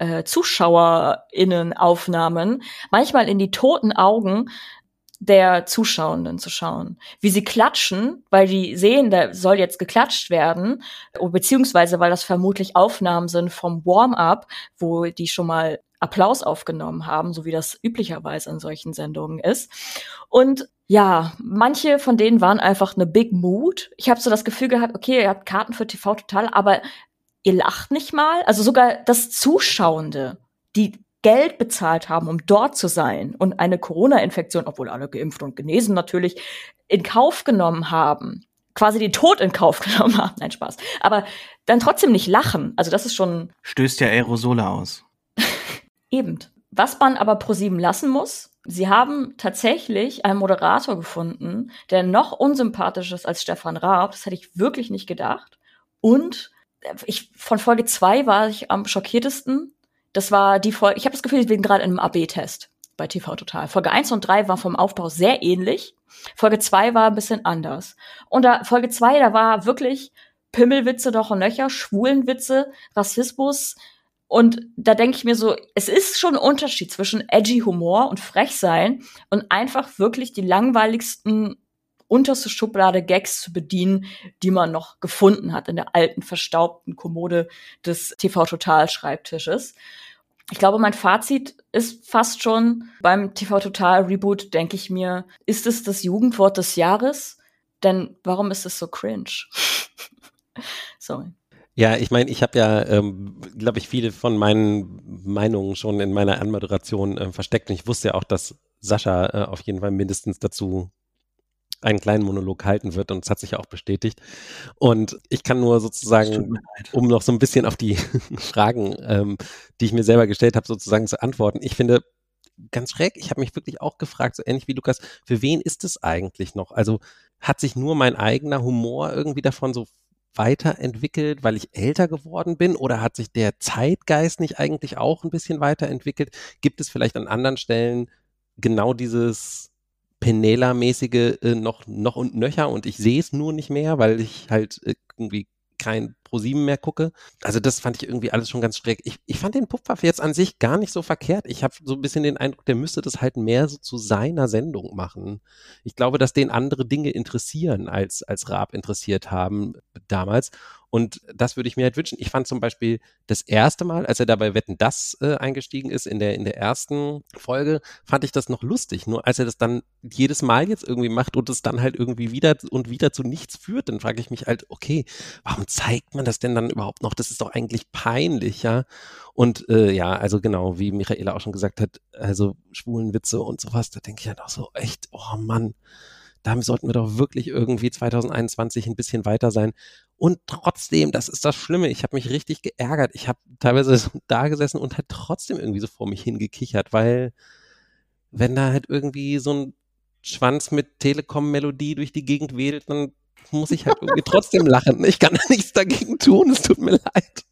ZuschauerInnen-Aufnahmen manchmal in die toten Augen der Zuschauenden zu schauen. Wie sie klatschen, weil die sehen, da soll jetzt geklatscht werden, beziehungsweise weil das vermutlich Aufnahmen sind vom Warm-up, wo die schon mal Applaus aufgenommen haben, so wie das üblicherweise in solchen Sendungen ist. Und ja, manche von denen waren einfach eine Big Mood. Ich habe so das Gefühl gehabt, okay, ihr habt Karten für TV Total, aber ihr lacht nicht mal. Also sogar das Zuschauende, die Geld bezahlt haben, um dort zu sein und eine Corona-Infektion, obwohl alle geimpft und genesen natürlich, in Kauf genommen haben. Quasi den Tod in Kauf genommen haben. Nein, Spaß. Aber dann trotzdem nicht lachen. Also das ist schon... Stößt ja Aerosole aus. Eben. Was man aber ProSieben lassen muss, sie haben tatsächlich einen Moderator gefunden, der noch unsympathischer ist als Stefan Raab. Das hätte ich wirklich nicht gedacht. Und von Folge 2 war ich am schockiertesten. Das war die Folge, ich habe das Gefühl, ich bin gerade in einem AB-Test bei TV Total. Folge 1 und 3 war vom Aufbau sehr ähnlich. Folge 2 war ein bisschen anders. Und Folge 2, da war wirklich Pimmelwitze doch und nöcher, Schwulenwitze, Rassismus. Und da denke ich mir so, es ist schon ein Unterschied zwischen edgy Humor und Frechsein und einfach wirklich die langweiligsten unterste Schublade Gags zu bedienen, die man noch gefunden hat in der alten, verstaubten Kommode des TV-Total-Schreibtisches. Ich glaube, mein Fazit ist fast schon, beim TV-Total-Reboot denke ich mir, ist es das Jugendwort des Jahres? Denn warum ist es so cringe? Sorry. Ja, ich meine, ich habe ja, glaube ich, viele von meinen Meinungen schon in meiner Anmoderation versteckt. Und ich wusste ja auch, dass Sascha auf jeden Fall mindestens dazu einen kleinen Monolog halten wird, und es hat sich ja auch bestätigt. Und ich kann nur sozusagen, um noch so ein bisschen auf die Fragen, die ich mir selber gestellt habe, sozusagen zu antworten. Ich finde ganz schräg, ich habe mich wirklich auch gefragt, so ähnlich wie Lukas, für wen ist es eigentlich noch? Also hat sich nur mein eigener Humor irgendwie davon so weiterentwickelt, weil ich älter geworden bin, oder hat sich der Zeitgeist nicht eigentlich auch ein bisschen weiterentwickelt? Gibt es vielleicht an anderen Stellen genau dieses Penela-mäßige noch und nöcher, und ich sehe es nur nicht mehr, weil ich halt irgendwie kein ProSieben mehr gucke. Also das fand ich irgendwie alles schon ganz schräg. Ich fand den Puffpaff jetzt an sich gar nicht so verkehrt. Ich habe so ein bisschen den Eindruck, der müsste das halt mehr so zu seiner Sendung machen. Ich glaube, dass den andere Dinge interessieren, als Raab interessiert haben damals. Und das würde ich mir halt wünschen. Ich fand zum Beispiel das erste Mal, als er da bei Wetten, dass eingestiegen ist, in der ersten Folge, fand ich das noch lustig. Nur als er das dann jedes Mal jetzt irgendwie macht und es dann halt irgendwie wieder und wieder zu nichts führt, dann frage ich mich halt, okay, warum zeigt man das denn dann überhaupt noch? Das ist doch eigentlich peinlich, ja. Und ja, also genau, wie Michaela auch schon gesagt hat, also schwulen Witze und sowas, da denke ich halt auch so, echt, oh Mann, da sollten wir doch wirklich irgendwie 2021 ein bisschen weiter sein. Und trotzdem, das ist das Schlimme, ich habe mich richtig geärgert. Ich habe teilweise so da gesessen und halt trotzdem irgendwie so vor mich hingekichert, weil wenn da halt irgendwie so ein Schwanz mit Telekom-Melodie durch die Gegend wedelt, dann muss ich halt irgendwie trotzdem lachen. Ich kann da nichts dagegen tun, es tut mir leid.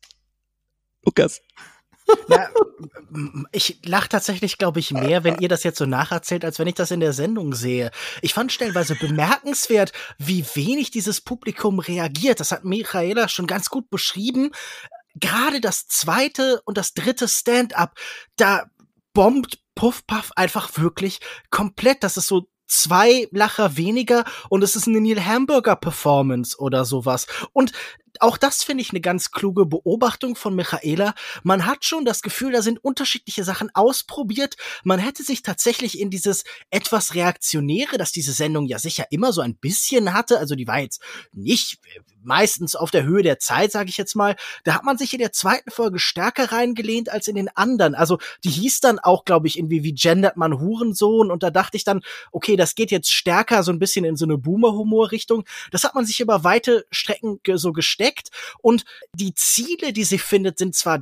Lukas. Ja, ich lache tatsächlich, glaube ich, mehr, wenn ihr das jetzt so nacherzählt, als wenn ich das in der Sendung sehe. Ich fand stellenweise bemerkenswert, wie wenig dieses Publikum reagiert. Das hat Michaela schon ganz gut beschrieben. Gerade das zweite und das dritte Stand-up, da bombt Puff Puff einfach wirklich komplett. Das ist so 2 Lacher weniger und es ist eine Neil Hamburger Performance oder sowas. Und auch das finde ich eine ganz kluge Beobachtung von Michaela. Man hat schon das Gefühl, da sind unterschiedliche Sachen ausprobiert. Man hätte sich tatsächlich in dieses etwas Reaktionäre, das diese Sendung ja sicher immer so ein bisschen hatte, also die war jetzt nicht meistens auf der Höhe der Zeit, sage ich jetzt mal, da hat man sich in der zweiten Folge stärker reingelehnt als in den anderen. Also die hieß dann auch, glaube ich, irgendwie wie gendert man Hurensohn und da dachte ich dann, okay, das geht jetzt stärker so ein bisschen in so eine Boomer-Humor-Richtung. Das hat man sich über weite Strecken so gesteckt und die Ziele, die sie findet, sind zwar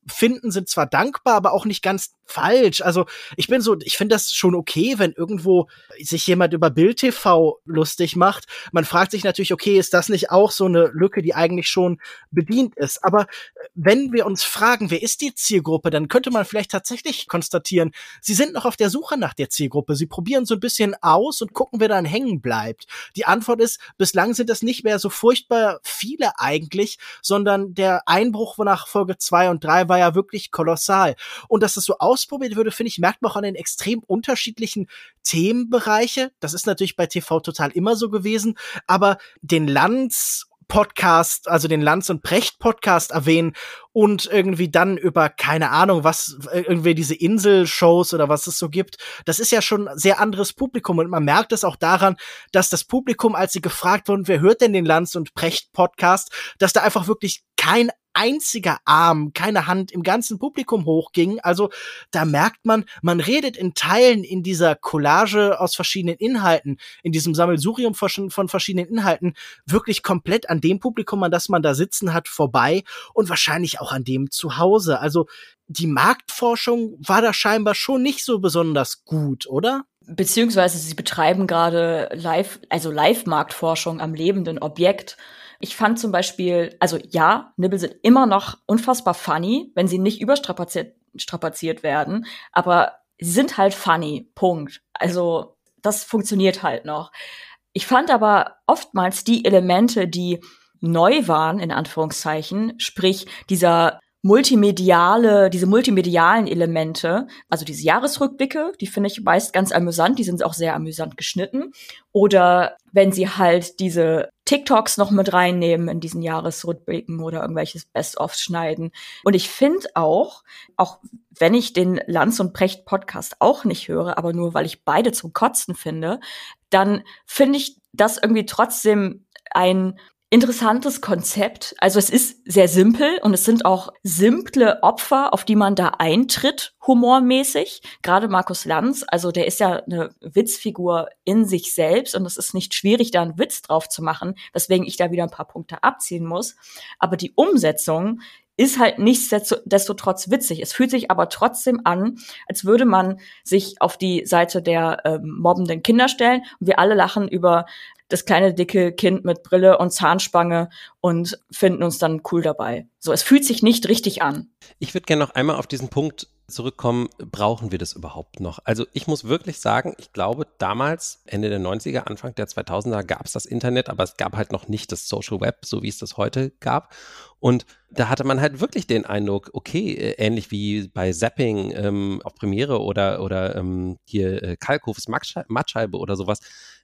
dankbar, aber auch nicht ganz falsch. Also ich finde das schon okay, wenn irgendwo sich jemand über Bild TV lustig macht. Man fragt sich natürlich, okay, ist das nicht auch so eine Lücke, die eigentlich schon bedient ist? Aber wenn wir uns fragen, wer ist die Zielgruppe, dann könnte man vielleicht tatsächlich konstatieren, sie sind noch auf der Suche nach der Zielgruppe. Sie probieren so ein bisschen aus und gucken, wer dann hängen bleibt. Die Antwort ist, bislang sind das nicht mehr so furchtbar viele eigentlich, sondern der Einbruch nach Folge 2 und 3 war ja wirklich kolossal. Und dass es so ausprobiert würde, finde ich, merkt man auch an den extrem unterschiedlichen Themenbereiche. Das ist natürlich bei TV total immer so gewesen, aber den Lanz-Podcast, also den Lanz- und Precht-Podcast erwähnen und irgendwie dann über, keine Ahnung, was, irgendwie diese Insel-Shows oder was es so gibt, das ist ja schon ein sehr anderes Publikum und man merkt es auch daran, dass das Publikum, als sie gefragt wurden, wer hört denn den Lanz- und Precht-Podcast, dass da einfach wirklich kein einziger Arm, keine Hand im ganzen Publikum hochging. Also da merkt man, man redet in Teilen in dieser Collage aus verschiedenen Inhalten, in diesem Sammelsurium von verschiedenen Inhalten, wirklich komplett an dem Publikum, an das man da sitzen hat, vorbei und wahrscheinlich auch an dem zu Hause. Also die Marktforschung war da scheinbar schon nicht so besonders gut, oder? Beziehungsweise sie betreiben gerade Live-Marktforschung am lebenden Objekt. Ich fand zum Beispiel, also ja, Nibbel sind immer noch unfassbar funny, wenn sie nicht überstrapaziert werden, aber sie sind halt funny, Punkt. Also das funktioniert halt noch. Ich fand aber oftmals die Elemente, die neu waren, in Anführungszeichen, sprich diese multimedialen Elemente, also diese Jahresrückblicke, die finde ich meist ganz amüsant, die sind auch sehr amüsant geschnitten. Oder wenn sie halt diese TikToks noch mit reinnehmen in diesen Jahresrückblicken oder irgendwelches Best-ofs schneiden. Und ich finde auch wenn ich den Lanz und Precht Podcast auch nicht höre, aber nur weil ich beide zum Kotzen finde, dann finde ich das irgendwie trotzdem ein interessantes Konzept. Also es ist sehr simpel und es sind auch simple Opfer, auf die man da eintritt, humormäßig. Gerade Markus Lanz, also der ist ja eine Witzfigur in sich selbst und es ist nicht schwierig, da einen Witz drauf zu machen, weswegen ich da wieder ein paar Punkte abziehen muss. Aber die Umsetzung ist halt nichtsdestotrotz witzig. Es fühlt sich aber trotzdem an, als würde man sich auf die Seite der mobbenden Kinder stellen und wir alle lachen über das kleine, dicke Kind mit Brille und Zahnspange und finden uns dann cool dabei. So, es fühlt sich nicht richtig an. Ich würde gerne noch einmal auf diesen Punkt zurückkommen, brauchen wir das überhaupt noch? Also ich muss wirklich sagen, ich glaube damals, Ende der 90er, Anfang der 2000er gab es das Internet, aber es gab halt noch nicht das Social Web, so wie es das heute gab. Und da hatte man halt wirklich den Eindruck, okay, ähnlich wie bei Zapping auf Premiere oder hier Kalkhofs Mattscheibe oder sowas,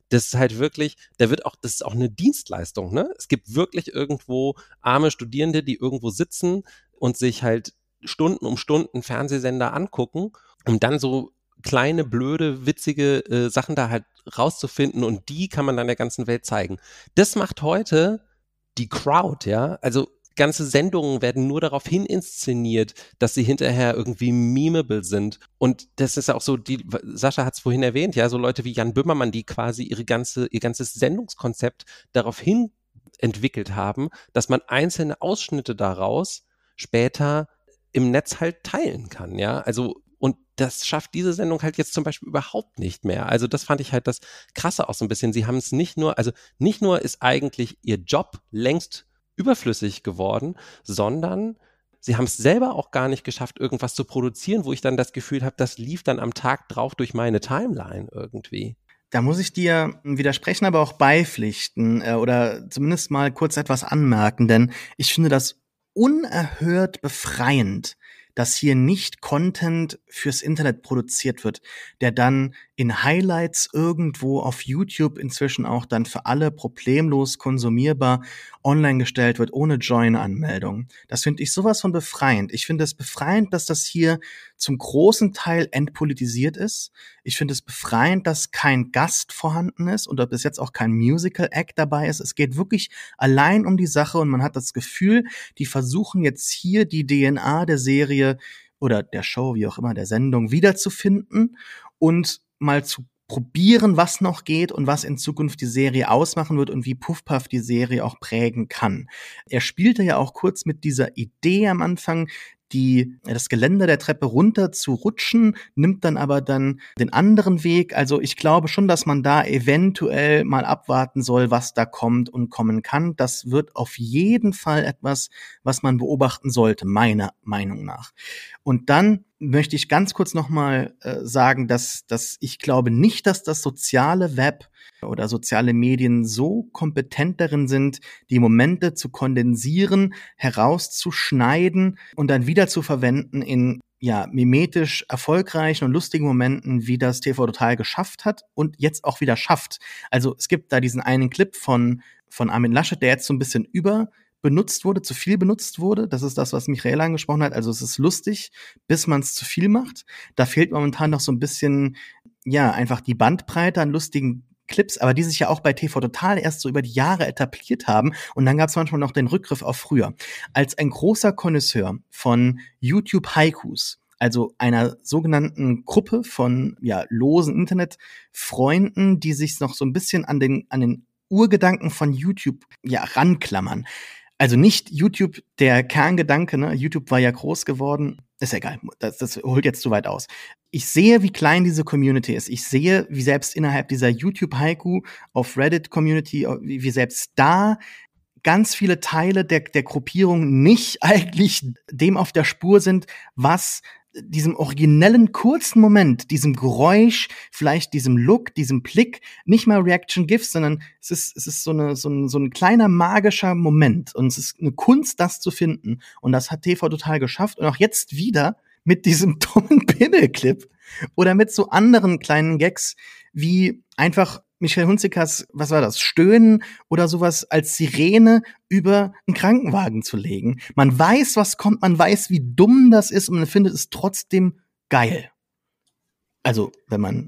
Das ist halt wirklich, das ist auch eine Dienstleistung, ne? Es gibt wirklich irgendwo arme Studierende, die irgendwo sitzen und sich halt Stunden um Stunden Fernsehsender angucken, um dann so kleine, blöde, witzige Sachen da halt rauszufinden und die kann man dann der ganzen Welt zeigen. Das macht heute die Crowd, ja, also ganze Sendungen werden nur darauf hin inszeniert, dass sie hinterher irgendwie memeable sind. Und das ist auch so, Sascha hat es vorhin erwähnt, ja, so Leute wie Jan Böhmermann, die quasi ihr ganzes Sendungskonzept darauf hin entwickelt haben, dass man einzelne Ausschnitte daraus später im Netz halt teilen kann, ja, also und das schafft diese Sendung halt jetzt zum Beispiel überhaupt nicht mehr. Also das fand ich halt das Krasse auch so ein bisschen. Sie haben es nicht nur ist eigentlich ihr Job längst überflüssig geworden, sondern sie haben es selber auch gar nicht geschafft, irgendwas zu produzieren, wo ich dann das Gefühl habe, das lief dann am Tag drauf durch meine Timeline irgendwie. Da muss ich dir widersprechen, aber auch beipflichten oder zumindest mal kurz etwas anmerken, denn ich finde das unerhört befreiend, dass hier nicht Content fürs Internet produziert wird, der dann in Highlights irgendwo auf YouTube inzwischen auch dann für alle problemlos konsumierbar online gestellt wird, ohne Join-Anmeldung. Das finde ich sowas von befreiend. Ich finde es befreiend, dass das hier zum großen Teil entpolitisiert ist. Ich finde es befreiend, dass kein Gast vorhanden ist und ob bis jetzt auch kein Musical-Act dabei ist. Es geht wirklich allein um die Sache und man hat das Gefühl, die versuchen jetzt hier die DNA der Serie oder der Show, wie auch immer, der Sendung wiederzufinden und mal zu probieren, was noch geht und was in Zukunft die Serie ausmachen wird und wie Puff-Puff die Serie auch prägen kann. Er spielte ja auch kurz mit dieser Idee am Anfang, das Geländer der Treppe runter zu rutschen, nimmt dann aber den anderen Weg. Also ich glaube schon, dass man da eventuell mal abwarten soll, was da kommt und kommen kann. Das wird auf jeden Fall etwas, was man beobachten sollte, meiner Meinung nach. Und dann möchte ich ganz kurz noch mal sagen, dass ich glaube nicht, dass das soziale Web oder soziale Medien so kompetent darin sind, die Momente zu kondensieren, herauszuschneiden und dann wieder zu verwenden in mimetisch erfolgreichen und lustigen Momenten, wie das TV Total geschafft hat und jetzt auch wieder schafft. Also es gibt da diesen einen Clip von Armin Laschet, der jetzt so ein bisschen zu viel benutzt wurde. Das ist das, was Michael angesprochen hat. Also es ist lustig, bis man es zu viel macht. Da fehlt momentan noch so ein bisschen, einfach die Bandbreite an lustigen Clips, aber die sich ja auch bei TV Total erst so über die Jahre etabliert haben. Und dann gab es manchmal noch den Rückgriff auf früher. Als ein großer Konnoisseur von YouTube-Haikus, also einer sogenannten Gruppe von losen Internetfreunden, die sich noch so ein bisschen an den Urgedanken von YouTube ranklammern. Also nicht YouTube der Kerngedanke, ne? YouTube war ja groß geworden. Ist egal, das holt jetzt zu weit aus. Ich sehe, wie klein diese Community ist. Ich sehe, wie selbst innerhalb dieser YouTube-Haiku auf Reddit-Community, wie selbst da ganz viele Teile der Gruppierung nicht eigentlich dem auf der Spur sind, was diesem originellen kurzen Moment, diesem Geräusch, vielleicht diesem Look, diesem Blick, nicht mal Reaction GIFs, sondern es ist so ein kleiner magischer Moment und es ist eine Kunst, das zu finden und das hat TV Total geschafft und auch jetzt wieder mit diesem dummen Pimmel-Clip oder mit so anderen kleinen Gags wie einfach Michael Hunzikers, was war das, Stöhnen oder sowas als Sirene über einen Krankenwagen zu legen. Man weiß, was kommt, man weiß, wie dumm das ist und man findet es trotzdem geil. Also, wenn man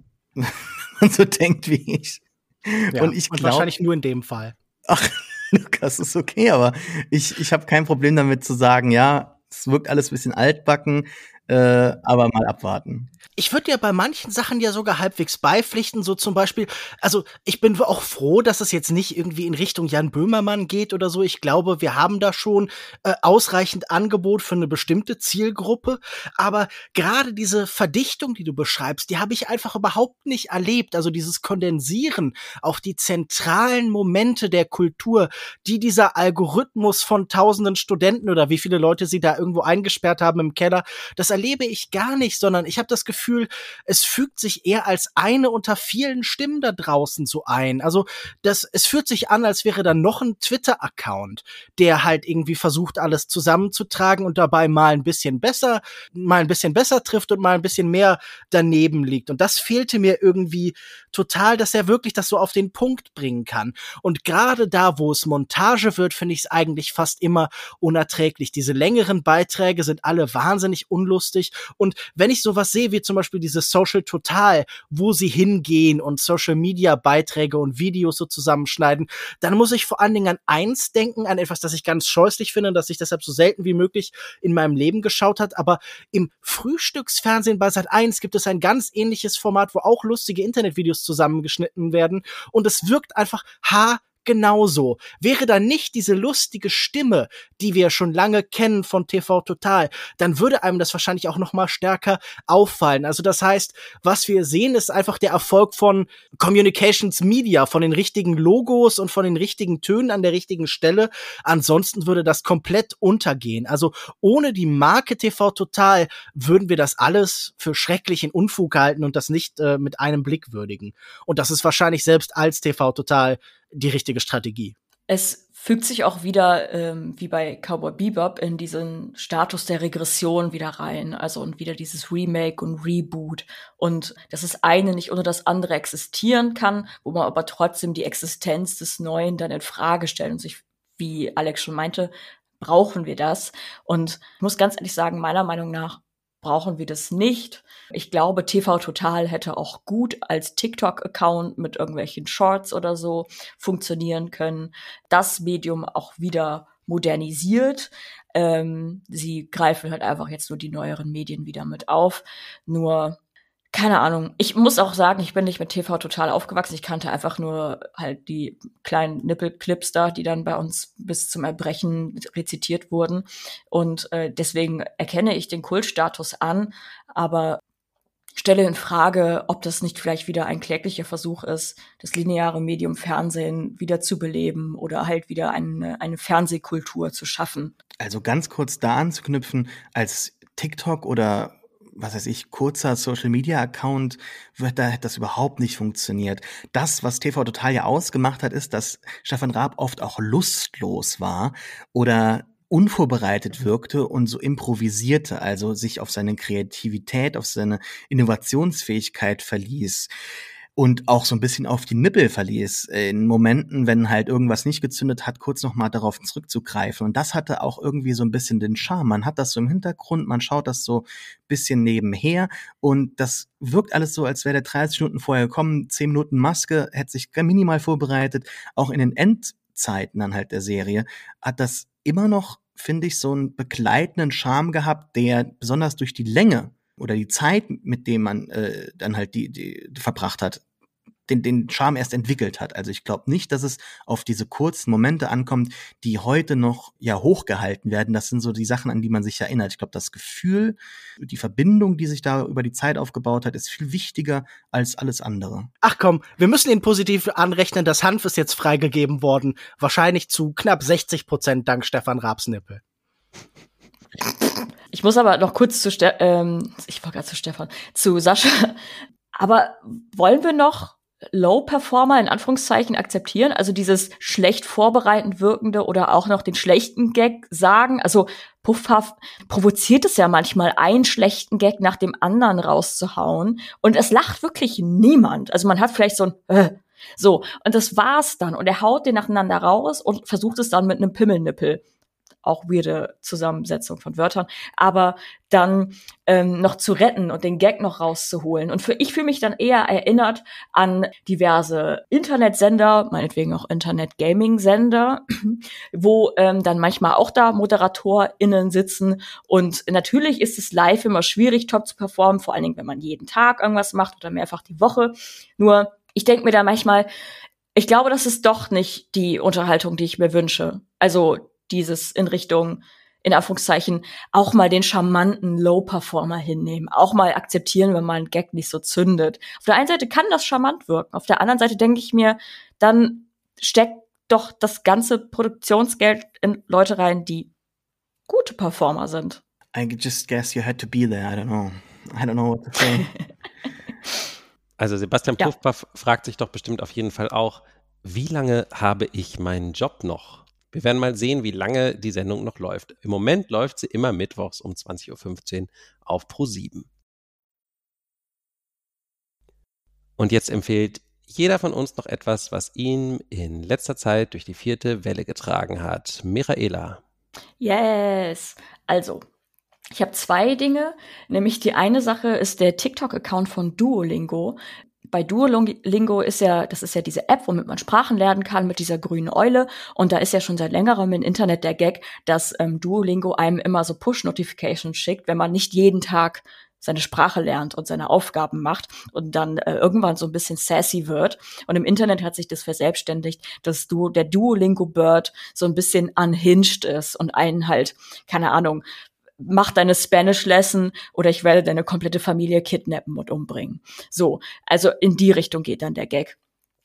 so denkt wie ich. Ja, und ich glaube wahrscheinlich nur in dem Fall. Ach, Lukas, ist okay, aber ich habe kein Problem damit zu sagen, ja, es wirkt alles ein bisschen altbacken, aber mal abwarten. Ich würde ja bei manchen Sachen ja sogar halbwegs beipflichten, so zum Beispiel, also ich bin auch froh, dass es jetzt nicht irgendwie in Richtung Jan Böhmermann geht oder so. Ich glaube, wir haben da schon ausreichend Angebot für eine bestimmte Zielgruppe, aber gerade diese Verdichtung, die du beschreibst, die habe ich einfach überhaupt nicht erlebt. Also dieses Kondensieren auf die zentralen Momente der Kultur, die dieser Algorithmus von tausenden Studenten oder wie viele Leute sie da irgendwo eingesperrt haben im Keller, das erlebe ich gar nicht, sondern ich habe das Gefühl, es fügt sich eher als eine unter vielen Stimmen da draußen so ein. Also es fühlt sich an, als wäre da noch ein Twitter-Account, der halt irgendwie versucht, alles zusammenzutragen und dabei mal ein bisschen besser trifft und mal ein bisschen mehr daneben liegt. Und das fehlte mir irgendwie total, dass er wirklich das so auf den Punkt bringen kann. Und gerade da, wo es Montage wird, finde ich es eigentlich fast immer unerträglich. Diese längeren Beiträge sind alle wahnsinnig unlustig. Und wenn ich sowas sehe, wie zum Beispiel dieses Social Total, wo sie hingehen und Social Media Beiträge und Videos so zusammenschneiden, dann muss ich vor allen Dingen an eins denken, an etwas, das ich ganz scheußlich finde, dass ich deshalb so selten wie möglich in meinem Leben geschaut hat. Aber im Frühstücksfernsehen bei Sat.1 gibt es ein ganz ähnliches Format, wo auch lustige Internetvideos zusammengeschnitten werden. Und es wirkt einfach genauso. Wäre da nicht diese lustige Stimme, die wir schon lange kennen von TV Total, dann würde einem das wahrscheinlich auch noch mal stärker auffallen. Also das heißt, was wir sehen, ist einfach der Erfolg von Communications Media, von den richtigen Logos und von den richtigen Tönen an der richtigen Stelle. Ansonsten würde das komplett untergehen. Also ohne die Marke TV Total würden wir das alles für schrecklichen Unfug halten und das nicht mit einem Blick würdigen. Und das ist wahrscheinlich selbst als TV Total die richtige Strategie. Es fügt sich auch wieder, wie bei Cowboy Bebop, in diesen Status der Regression wieder rein. Also und wieder dieses Remake und Reboot. Und dass das eine nicht ohne das andere existieren kann, wo man aber trotzdem die Existenz des Neuen dann in Frage stellt und sich, wie Alex schon meinte, brauchen wir das? Und ich muss ganz ehrlich sagen, meiner Meinung nach brauchen wir das nicht. Ich glaube, TV Total hätte auch gut als TikTok-Account mit irgendwelchen Shorts oder so funktionieren können. Das Medium auch wieder modernisiert. Sie greifen halt einfach jetzt nur die neueren Medien wieder mit auf. Nur, keine Ahnung. Ich muss auch sagen, ich bin nicht mit TV Total aufgewachsen. Ich kannte einfach nur halt die kleinen Nippelclips da, die dann bei uns bis zum Erbrechen rezitiert wurden. Und deswegen erkenne ich den Kultstatus an, aber stelle in Frage, ob das nicht vielleicht wieder ein kläglicher Versuch ist, das lineare Medium Fernsehen wieder zu beleben oder halt wieder eine Fernsehkultur zu schaffen. Also ganz kurz da anzuknüpfen, als TikTok oder was weiß ich, kurzer Social-Media-Account hätte das überhaupt nicht funktioniert. Das, was TV Total ja ausgemacht hat, ist, dass Stefan Raab oft auch lustlos war oder unvorbereitet wirkte und so improvisierte, also sich auf seine Kreativität, auf seine Innovationsfähigkeit verließ. Und auch so ein bisschen auf die Nippel verließ, in Momenten, wenn halt irgendwas nicht gezündet hat, kurz noch mal darauf zurückzugreifen. Und das hatte auch irgendwie so ein bisschen den Charme. Man hat das so im Hintergrund, man schaut das so ein bisschen nebenher und das wirkt alles so, als wäre der 30 Minuten vorher gekommen, 10 Minuten Maske, hätte sich minimal vorbereitet. Auch in den Endzeiten dann halt der Serie hat das immer noch, finde ich, so einen begleitenden Charme gehabt, der besonders durch die Länge oder die Zeit, mit dem man dann halt die verbracht hat, den Charme erst entwickelt hat. Also ich glaube nicht, dass es auf diese kurzen Momente ankommt, die heute noch ja hochgehalten werden. Das sind so die Sachen, an die man sich erinnert. Ich glaube, das Gefühl, die Verbindung, die sich da über die Zeit aufgebaut hat, ist viel wichtiger als alles andere. Ach komm, wir müssen ihn positiv anrechnen. Das Hanf ist jetzt freigegeben worden. Wahrscheinlich zu knapp 60% dank Stefan Raabs Nippel. Ich muss aber noch kurz zu Sascha. Aber wollen wir noch Low-Performer in Anführungszeichen akzeptieren? Also dieses schlecht vorbereitend wirkende oder auch noch den schlechten Gag sagen? Also Puffhaft provoziert es ja manchmal, einen schlechten Gag nach dem anderen rauszuhauen. Und es lacht wirklich niemand. Also man hat vielleicht so ein so, und das war's dann. Und er haut den nacheinander raus und versucht es dann mit einem Pimmelnippel. Auch weirde Zusammensetzung von Wörtern, aber dann noch zu retten und den Gag noch rauszuholen. Und ich fühle mich dann eher erinnert an diverse Internetsender, meinetwegen auch Internet-Gaming-Sender, wo dann manchmal auch da ModeratorInnen sitzen. Und natürlich ist es live immer schwierig, top zu performen, vor allen Dingen, wenn man jeden Tag irgendwas macht oder mehrfach die Woche. Nur, ich denke mir da manchmal, ich glaube, das ist doch nicht die Unterhaltung, die ich mir wünsche. Also dieses in Richtung, in Anführungszeichen, auch mal den charmanten Low-Performer hinnehmen. Auch mal akzeptieren, wenn mal ein Gag nicht so zündet. Auf der einen Seite kann das charmant wirken. Auf der anderen Seite denke ich mir, dann steckt doch das ganze Produktionsgeld in Leute rein, die gute Performer sind. I just guess you had to be there. I don't know what to say. Also Sebastian Puffpaff fragt sich doch bestimmt auf jeden Fall auch, wie lange habe ich meinen Job noch? Wir werden mal sehen, wie lange die Sendung noch läuft. Im Moment läuft sie immer mittwochs um 20.15 Uhr auf Pro7. Und jetzt empfiehlt jeder von uns noch etwas, was ihn in letzter Zeit durch die 4. Welle getragen hat. Michaela. Yes. Also, ich habe 2 Dinge. Nämlich die eine Sache ist der TikTok-Account von Duolingo. Bei Duolingo das ist ja diese App, womit man Sprachen lernen kann mit dieser grünen Eule. Und da ist ja schon seit längerem im Internet der Gag, dass Duolingo einem immer so Push-Notifications schickt, wenn man nicht jeden Tag seine Sprache lernt und seine Aufgaben macht und dann irgendwann so ein bisschen sassy wird. Und im Internet hat sich das verselbstständigt, dass der Duolingo-Bird so ein bisschen unhinged ist und einen halt, keine Ahnung, mach deine Spanish-Lesson oder ich werde deine komplette Familie kidnappen und umbringen. So, also in die Richtung geht dann der Gag.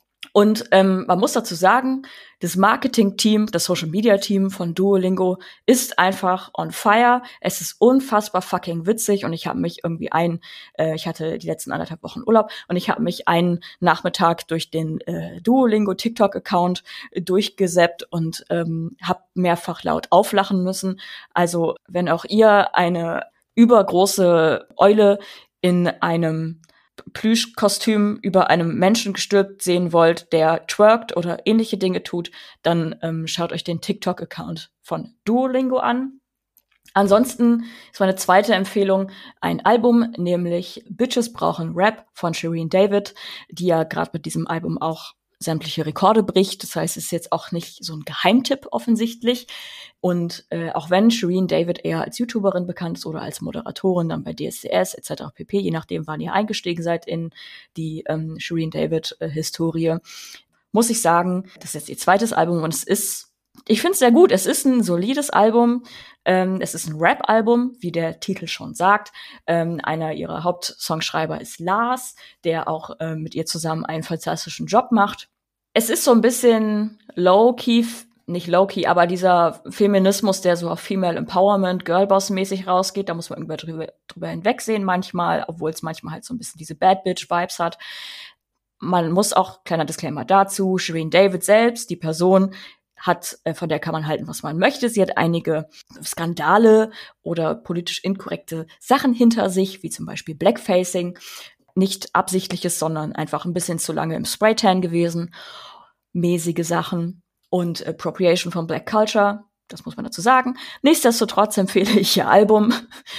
Und man muss dazu sagen, das Marketing-Team, das Social-Media-Team von Duolingo ist einfach on fire. Es ist unfassbar fucking witzig und ich habe mich irgendwie ich hatte die letzten 1,5 Wochen Urlaub und ich habe mich einen Nachmittag durch den Duolingo TikTok-Account durchgesäppt und habe mehrfach laut auflachen müssen. Also wenn auch ihr eine übergroße Eule in einem Plüschkostüm über einem Menschen gestülpt sehen wollt, der twerkt oder ähnliche Dinge tut, dann schaut euch den TikTok-Account von Duolingo an. Ansonsten ist meine zweite Empfehlung ein Album, nämlich Bitches brauchen Rap von Shireen David, die ja gerade mit diesem Album auch sämtliche Rekorde bricht. Das heißt, es ist jetzt auch nicht so ein Geheimtipp offensichtlich. Und auch wenn Shireen David eher als YouTuberin bekannt ist oder als Moderatorin dann bei DSDS etc. pp., je nachdem, wann ihr eingestiegen seid in die Shireen David-Historie, muss ich sagen, das ist jetzt ihr zweites Album und ich finde es sehr gut. Es ist ein solides Album. Es ist ein Rap-Album, wie der Titel schon sagt. Einer ihrer Hauptsongschreiber ist Lars, der auch mit ihr zusammen einen fantastischen Job macht. Es ist so ein bisschen low-key, nicht low-key, aber dieser Feminismus, der so auf Female Empowerment, Girlboss-mäßig rausgeht, da muss man irgendwie drüber hinwegsehen manchmal, obwohl es manchmal halt so ein bisschen diese Bad-Bitch-Vibes hat. Man muss auch, kleiner Disclaimer dazu, Shireen David selbst, die Person, von der kann man halten, was man möchte. Sie hat einige Skandale oder politisch inkorrekte Sachen hinter sich, wie zum Beispiel Blackfacing. Nicht absichtliches, sondern einfach ein bisschen zu lange im Spraytan gewesen. Mäßige Sachen und Appropriation von Black Culture. Das muss man dazu sagen. Nichtsdestotrotz empfehle ich ihr Album.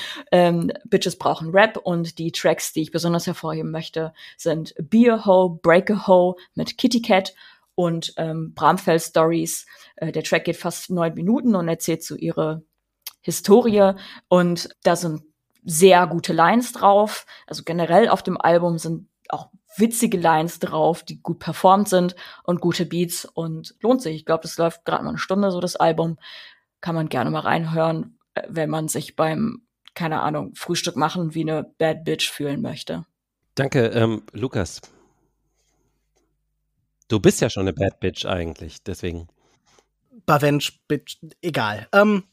Bitches brauchen Rap und die Tracks, die ich besonders hervorheben möchte, sind Be a Hoe, Break a Hoe mit Kitty Cat und Bramfell Stories. Der Track geht fast 9 Minuten und erzählt so ihre Historie und da sind sehr gute Lines drauf. Also generell auf dem Album sind auch witzige Lines drauf, die gut performt sind und gute Beats und lohnt sich. Ich glaube, das läuft gerade mal 1 Stunde, so das Album. Kann man gerne mal reinhören, wenn man sich beim, keine Ahnung, Frühstück machen wie eine Bad Bitch fühlen möchte. Danke, Lukas. Du bist ja schon eine Bad Bitch eigentlich, deswegen. Bavench, Bitch, egal.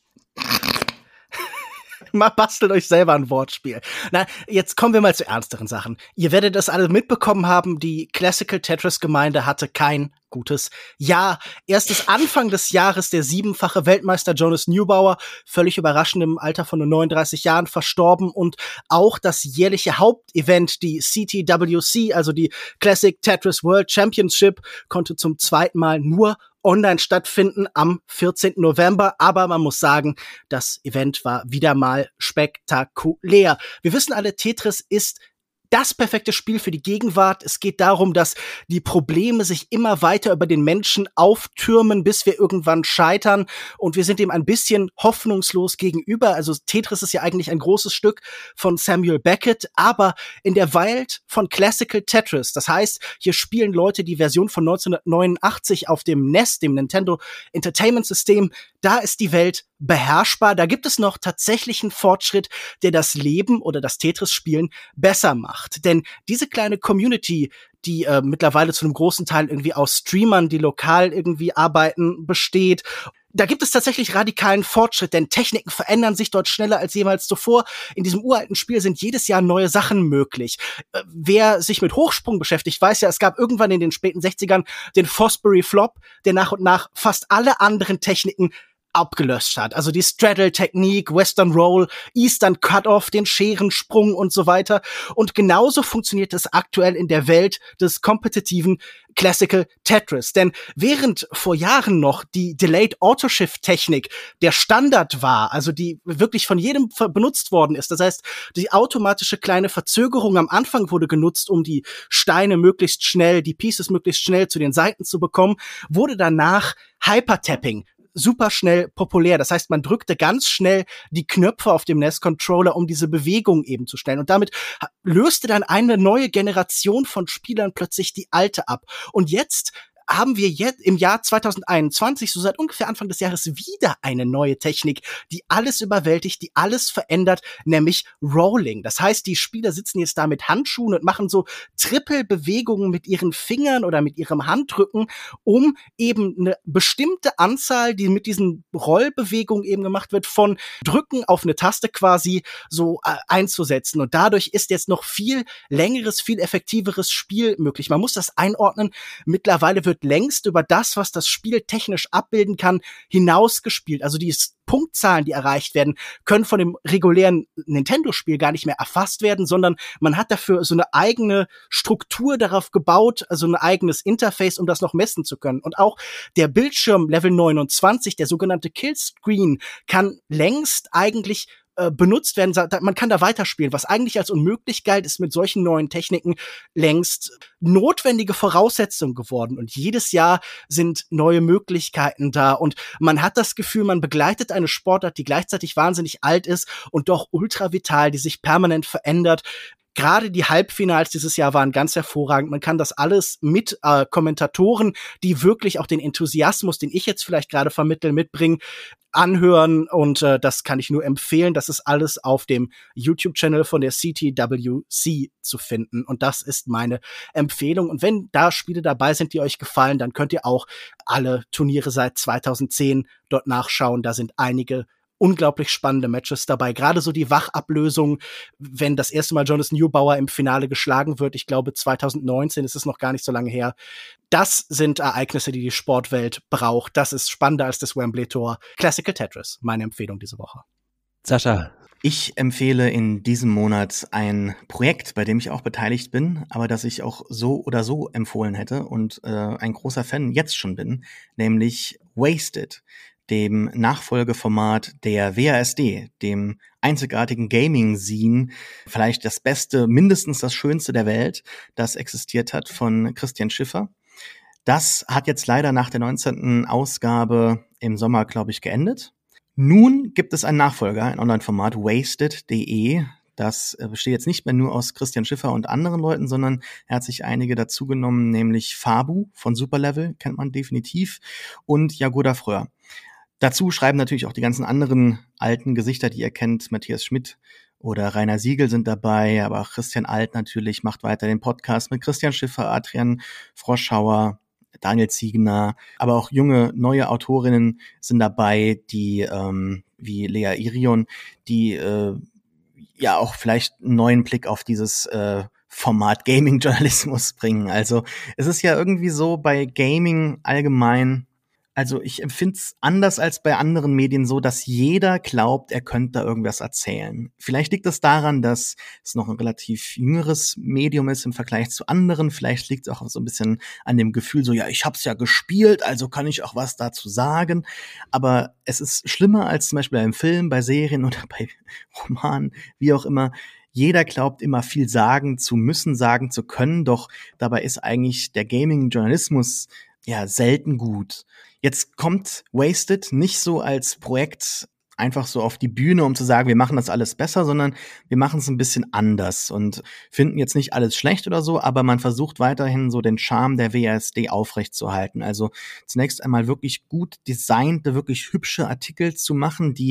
Bastelt euch selber ein Wortspiel. Na, jetzt kommen wir mal zu ernsteren Sachen. Ihr werdet es alle mitbekommen haben, die Classical Tetris-Gemeinde hatte kein gutes Jahr. Erst Anfang des Jahres der 7-fache Weltmeister Jonas Neubauer, völlig überraschend im Alter von nur 39 Jahren verstorben und auch das jährliche Hauptevent, die CTWC, also die Classic Tetris World Championship, konnte zum 2. Mal nur online stattfinden am 14. November. Aber man muss sagen, das Event war wieder mal spektakulär. Wir wissen alle, Tetris ist das perfekte Spiel für die Gegenwart. Es geht darum, dass die Probleme sich immer weiter über den Menschen auftürmen, bis wir irgendwann scheitern. Und wir sind dem ein bisschen hoffnungslos gegenüber. Also Tetris ist ja eigentlich ein großes Stück von Samuel Beckett, aber in der Welt von Classical Tetris. Das heißt, hier spielen Leute die Version von 1989 auf dem NES, dem Nintendo Entertainment System. Da ist die Welt beherrschbar. Da gibt es noch tatsächlichen Fortschritt, der das Leben oder das Tetris-Spielen besser macht. Denn diese kleine Community, die mittlerweile zu einem großen Teil irgendwie aus Streamern, die lokal irgendwie arbeiten, besteht, da gibt es tatsächlich radikalen Fortschritt, denn Techniken verändern sich dort schneller als jemals zuvor. In diesem uralten Spiel sind jedes Jahr neue Sachen möglich. Wer sich mit Hochsprung beschäftigt, weiß ja, es gab irgendwann in den späten 60ern den Fosbury Flop, der nach und nach fast alle anderen Techniken abgelöscht hat. Also die Straddle-Technik, Western Roll, Eastern Cut-Off, den Scherensprung und so weiter. Und genauso funktioniert es aktuell in der Welt des kompetitiven Classical Tetris. Denn während vor Jahren noch die Delayed Autoshift-Technik der Standard war, also die wirklich von jedem benutzt worden ist, das heißt, die automatische kleine Verzögerung am Anfang wurde genutzt, um die Steine möglichst schnell, die Pieces möglichst schnell zu den Seiten zu bekommen, wurde danach Hypertapping super schnell populär. Das heißt, man drückte ganz schnell die Knöpfe auf dem NES-Controller, um diese Bewegung eben zu stellen. Und damit löste dann eine neue Generation von Spielern plötzlich die alte ab. Und jetzt haben wir jetzt im Jahr 2021, so seit ungefähr Anfang des Jahres, wieder eine neue Technik, die alles überwältigt, die alles verändert, nämlich Rolling. Das heißt, die Spieler sitzen jetzt da mit Handschuhen und machen so Trippelbewegungen mit ihren Fingern oder mit ihrem Handrücken, um eben eine bestimmte Anzahl, die mit diesen Rollbewegungen eben gemacht wird, von Drücken auf eine Taste quasi so einzusetzen. Und dadurch ist jetzt noch viel längeres, viel effektiveres Spiel möglich. Man muss das einordnen. Mittlerweile wird längst über das, was das Spiel technisch abbilden kann, hinausgespielt. Also die Punktzahlen, die erreicht werden, können von dem regulären Nintendo-Spiel gar nicht mehr erfasst werden, sondern man hat dafür so eine eigene Struktur darauf gebaut, also ein eigenes Interface, um das noch messen zu können. Und auch der Bildschirm Level 29, der sogenannte Killscreen, kann längst eigentlich benutzt werden, man kann da weiterspielen. Was eigentlich als unmöglich galt, ist mit solchen neuen Techniken längst notwendige Voraussetzung geworden. Und jedes Jahr sind neue Möglichkeiten da. Und man hat das Gefühl, man begleitet eine Sportart, die gleichzeitig wahnsinnig alt ist und doch ultra vital, die sich permanent verändert. Gerade die Halbfinals dieses Jahr waren ganz hervorragend. Man kann das alles mit Kommentatoren, die wirklich auch den Enthusiasmus, den ich jetzt vielleicht gerade vermittle, mitbringen, anhören. Und das kann ich nur empfehlen. Das ist alles auf dem YouTube-Channel von der CTWC zu finden. Und das ist meine Empfehlung. Und wenn da Spiele dabei sind, die euch gefallen, dann könnt ihr auch alle Turniere seit 2010 dort nachschauen. Da sind einige unglaublich spannende Matches dabei. Gerade so die Wachablösung, wenn das erste Mal Jonathan Neubauer im Finale geschlagen wird. Ich glaube, 2019 ist es noch gar nicht so lange her. Das sind Ereignisse, die die Sportwelt braucht. Das ist spannender als das Wembley-Tor. Classical Tetris, meine Empfehlung diese Woche. Sascha. Ich empfehle in diesem Monat ein Projekt, bei dem ich auch beteiligt bin, aber das ich auch so oder so empfohlen hätte und ein großer Fan jetzt schon bin, nämlich Wasted, dem Nachfolgeformat der WASD, dem einzigartigen Gaming-Scene, vielleicht das Beste, mindestens das Schönste der Welt, das existiert hat, von Christian Schiffer. Das hat jetzt leider nach der 19. Ausgabe im Sommer, glaube ich, geendet. Nun gibt es einen Nachfolger, ein Online-Format, wasted.de. Das besteht jetzt nicht mehr nur aus Christian Schiffer und anderen Leuten, sondern er hat sich einige dazugenommen, nämlich Fabu von Superlevel, kennt man definitiv, und Jagoda Fröhr. Dazu schreiben natürlich auch die ganzen anderen alten Gesichter, die ihr kennt. Matthias Schmidt oder Rainer Siegel sind dabei, aber auch Christian Alt natürlich macht weiter den Podcast mit Christian Schiffer, Adrian Froschauer, Daniel Ziegner, aber auch junge, neue Autorinnen sind dabei, die wie Lea Irion, die ja auch vielleicht einen neuen Blick auf dieses Format Gaming-Journalismus bringen. Also es ist ja irgendwie so bei Gaming allgemein, also ich empfinde es anders als bei anderen Medien so, dass jeder glaubt, er könnte da irgendwas erzählen. Vielleicht liegt es daran, dass es noch ein relativ jüngeres Medium ist im Vergleich zu anderen. Vielleicht liegt es auch so ein bisschen an dem Gefühl so, ja, ich hab's ja gespielt, also kann ich auch was dazu sagen. Aber es ist schlimmer als zum Beispiel beim Film, bei Serien oder bei Romanen, wie auch immer. Jeder glaubt immer viel sagen zu müssen, sagen zu können, doch dabei ist eigentlich der Gaming-Journalismus ja selten gut. Jetzt kommt Wasted nicht so als Projekt einfach so auf die Bühne, um zu sagen, wir machen das alles besser, sondern wir machen es ein bisschen anders und finden jetzt nicht alles schlecht oder so, aber man versucht weiterhin so den Charme der WASD aufrechtzuerhalten. Also zunächst einmal wirklich gut designte, wirklich hübsche Artikel zu machen, die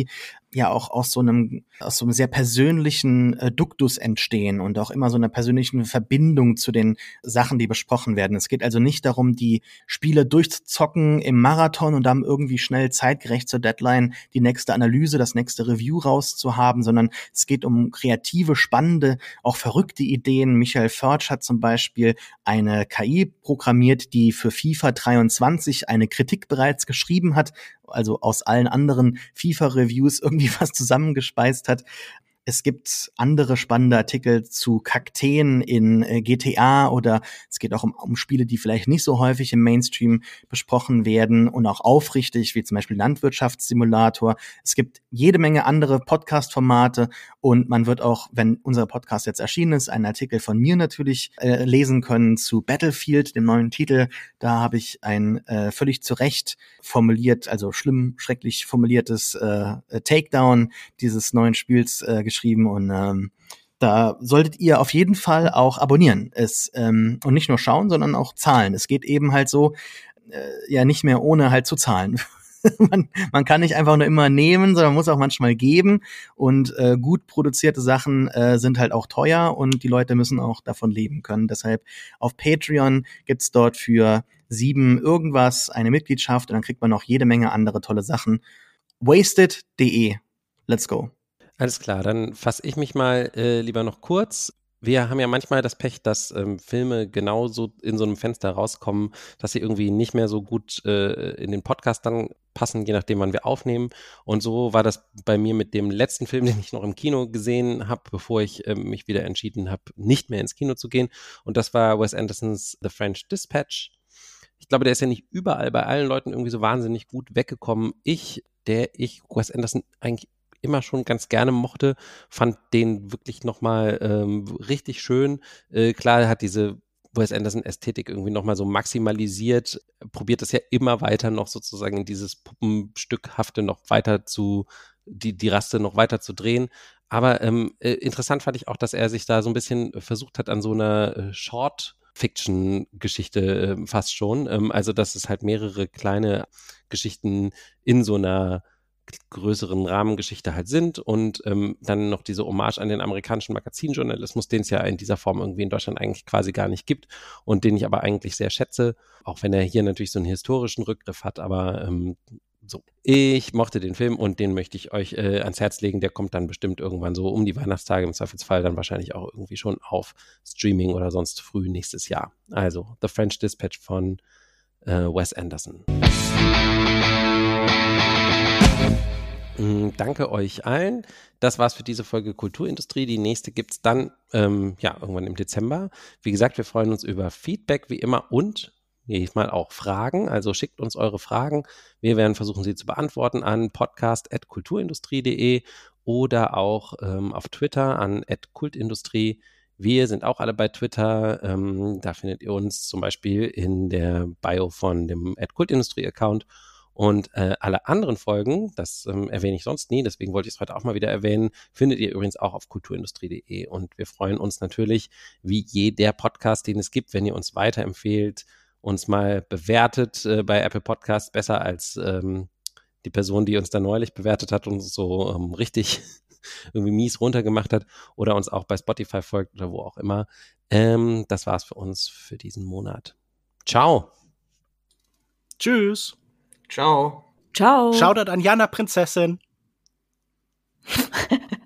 ja auch aus so einem sehr persönlichen Duktus entstehen und auch immer so einer persönlichen Verbindung zu den Sachen, die besprochen werden. Es geht also nicht darum, die Spiele durchzuzocken im Marathon und dann irgendwie schnell zeitgerecht zur Deadline die nächste Analyse, das nächste Review rauszuhaben, sondern es geht um kreative, spannende, auch verrückte Ideen. Michael Förtsch hat zum Beispiel eine KI programmiert, die für FIFA 23 eine Kritik bereits geschrieben hat, also aus allen anderen FIFA-Reviews irgendwie was zusammengespeist hat. Es gibt andere spannende Artikel zu Kakteen in GTA oder es geht auch um Spiele, die vielleicht nicht so häufig im Mainstream besprochen werden und auch aufrichtig, wie zum Beispiel Landwirtschaftssimulator. Es gibt jede Menge andere Podcast-Formate und man wird auch, wenn unser Podcast jetzt erschienen ist, einen Artikel von mir natürlich lesen können zu Battlefield, dem neuen Titel. Da habe ich ein völlig zu Recht formuliert, also schlimm, schrecklich formuliertes Takedown dieses neuen Spiels geschrieben und da solltet ihr auf jeden Fall auch abonnieren. Und nicht nur schauen, sondern auch zahlen. Es geht eben halt so, ja nicht mehr ohne halt zu zahlen. Man kann nicht einfach nur immer nehmen, sondern muss auch manchmal geben und gut produzierte Sachen sind halt auch teuer und die Leute müssen auch davon leben können. Deshalb auf Patreon gibt's dort für 7 irgendwas eine Mitgliedschaft und dann kriegt man noch jede Menge andere tolle Sachen. Wasted.de. Let's go. Alles klar, dann fasse ich mich mal lieber noch kurz. Wir haben ja manchmal das Pech, dass Filme genauso in so einem Fenster rauskommen, dass sie irgendwie nicht mehr so gut in den Podcast dann passen, je nachdem, wann wir aufnehmen. Und so war das bei mir mit dem letzten Film, den ich noch im Kino gesehen habe, bevor ich mich wieder entschieden habe, nicht mehr ins Kino zu gehen. Und das war Wes Andersons The French Dispatch. Ich glaube, der ist ja nicht überall bei allen Leuten irgendwie so wahnsinnig gut weggekommen. Ich Wes Anderson eigentlich immer schon ganz gerne mochte, fand den wirklich nochmal richtig schön. Klar, er hat diese Wes Anderson-Ästhetik irgendwie nochmal so maximalisiert, probiert es ja immer weiter noch sozusagen in dieses Puppenstückhafte noch weiter die Raste noch weiter zu drehen. Aber interessant fand ich auch, dass er sich da so ein bisschen versucht hat an so einer Short-Fiction-Geschichte fast schon. Also, dass es halt mehrere kleine Geschichten in so einer größeren Rahmengeschichte halt sind und dann noch diese Hommage an den amerikanischen Magazinjournalismus, den es ja in dieser Form irgendwie in Deutschland eigentlich quasi gar nicht gibt und den ich aber eigentlich sehr schätze, auch wenn er hier natürlich so einen historischen Rückgriff hat, aber so. Ich mochte den Film und den möchte ich euch ans Herz legen, der kommt dann bestimmt irgendwann so um die Weihnachtstage, im Zweifelsfall dann wahrscheinlich auch irgendwie schon auf Streaming oder sonst früh nächstes Jahr. Also The French Dispatch von Wes Anderson. Danke euch allen. Das war's für diese Folge Kulturindustrie. Die nächste gibt's dann irgendwann im Dezember. Wie gesagt, wir freuen uns über Feedback wie immer und jedes Mal auch Fragen. Also schickt uns eure Fragen. Wir werden versuchen, sie zu beantworten an podcast@kulturindustrie.de oder auch auf Twitter an @kultindustrie. Wir sind auch alle bei Twitter. Da findet ihr uns zum Beispiel in der Bio von dem @kultindustrie-Account. Und alle anderen Folgen, das erwähne ich sonst nie, deswegen wollte ich es heute auch mal wieder erwähnen, findet ihr übrigens auch auf kulturindustrie.de. Und wir freuen uns natürlich, wie jeder Podcast, den es gibt, wenn ihr uns weiterempfehlt, uns mal bewertet bei Apple Podcasts, besser als die Person, die uns da neulich bewertet hat und uns so richtig irgendwie mies runtergemacht hat oder uns auch bei Spotify folgt oder wo auch immer. Das war's für uns für diesen Monat. Ciao. Tschüss. Ciao. Ciao. Shoutout an Jana Prinzessin.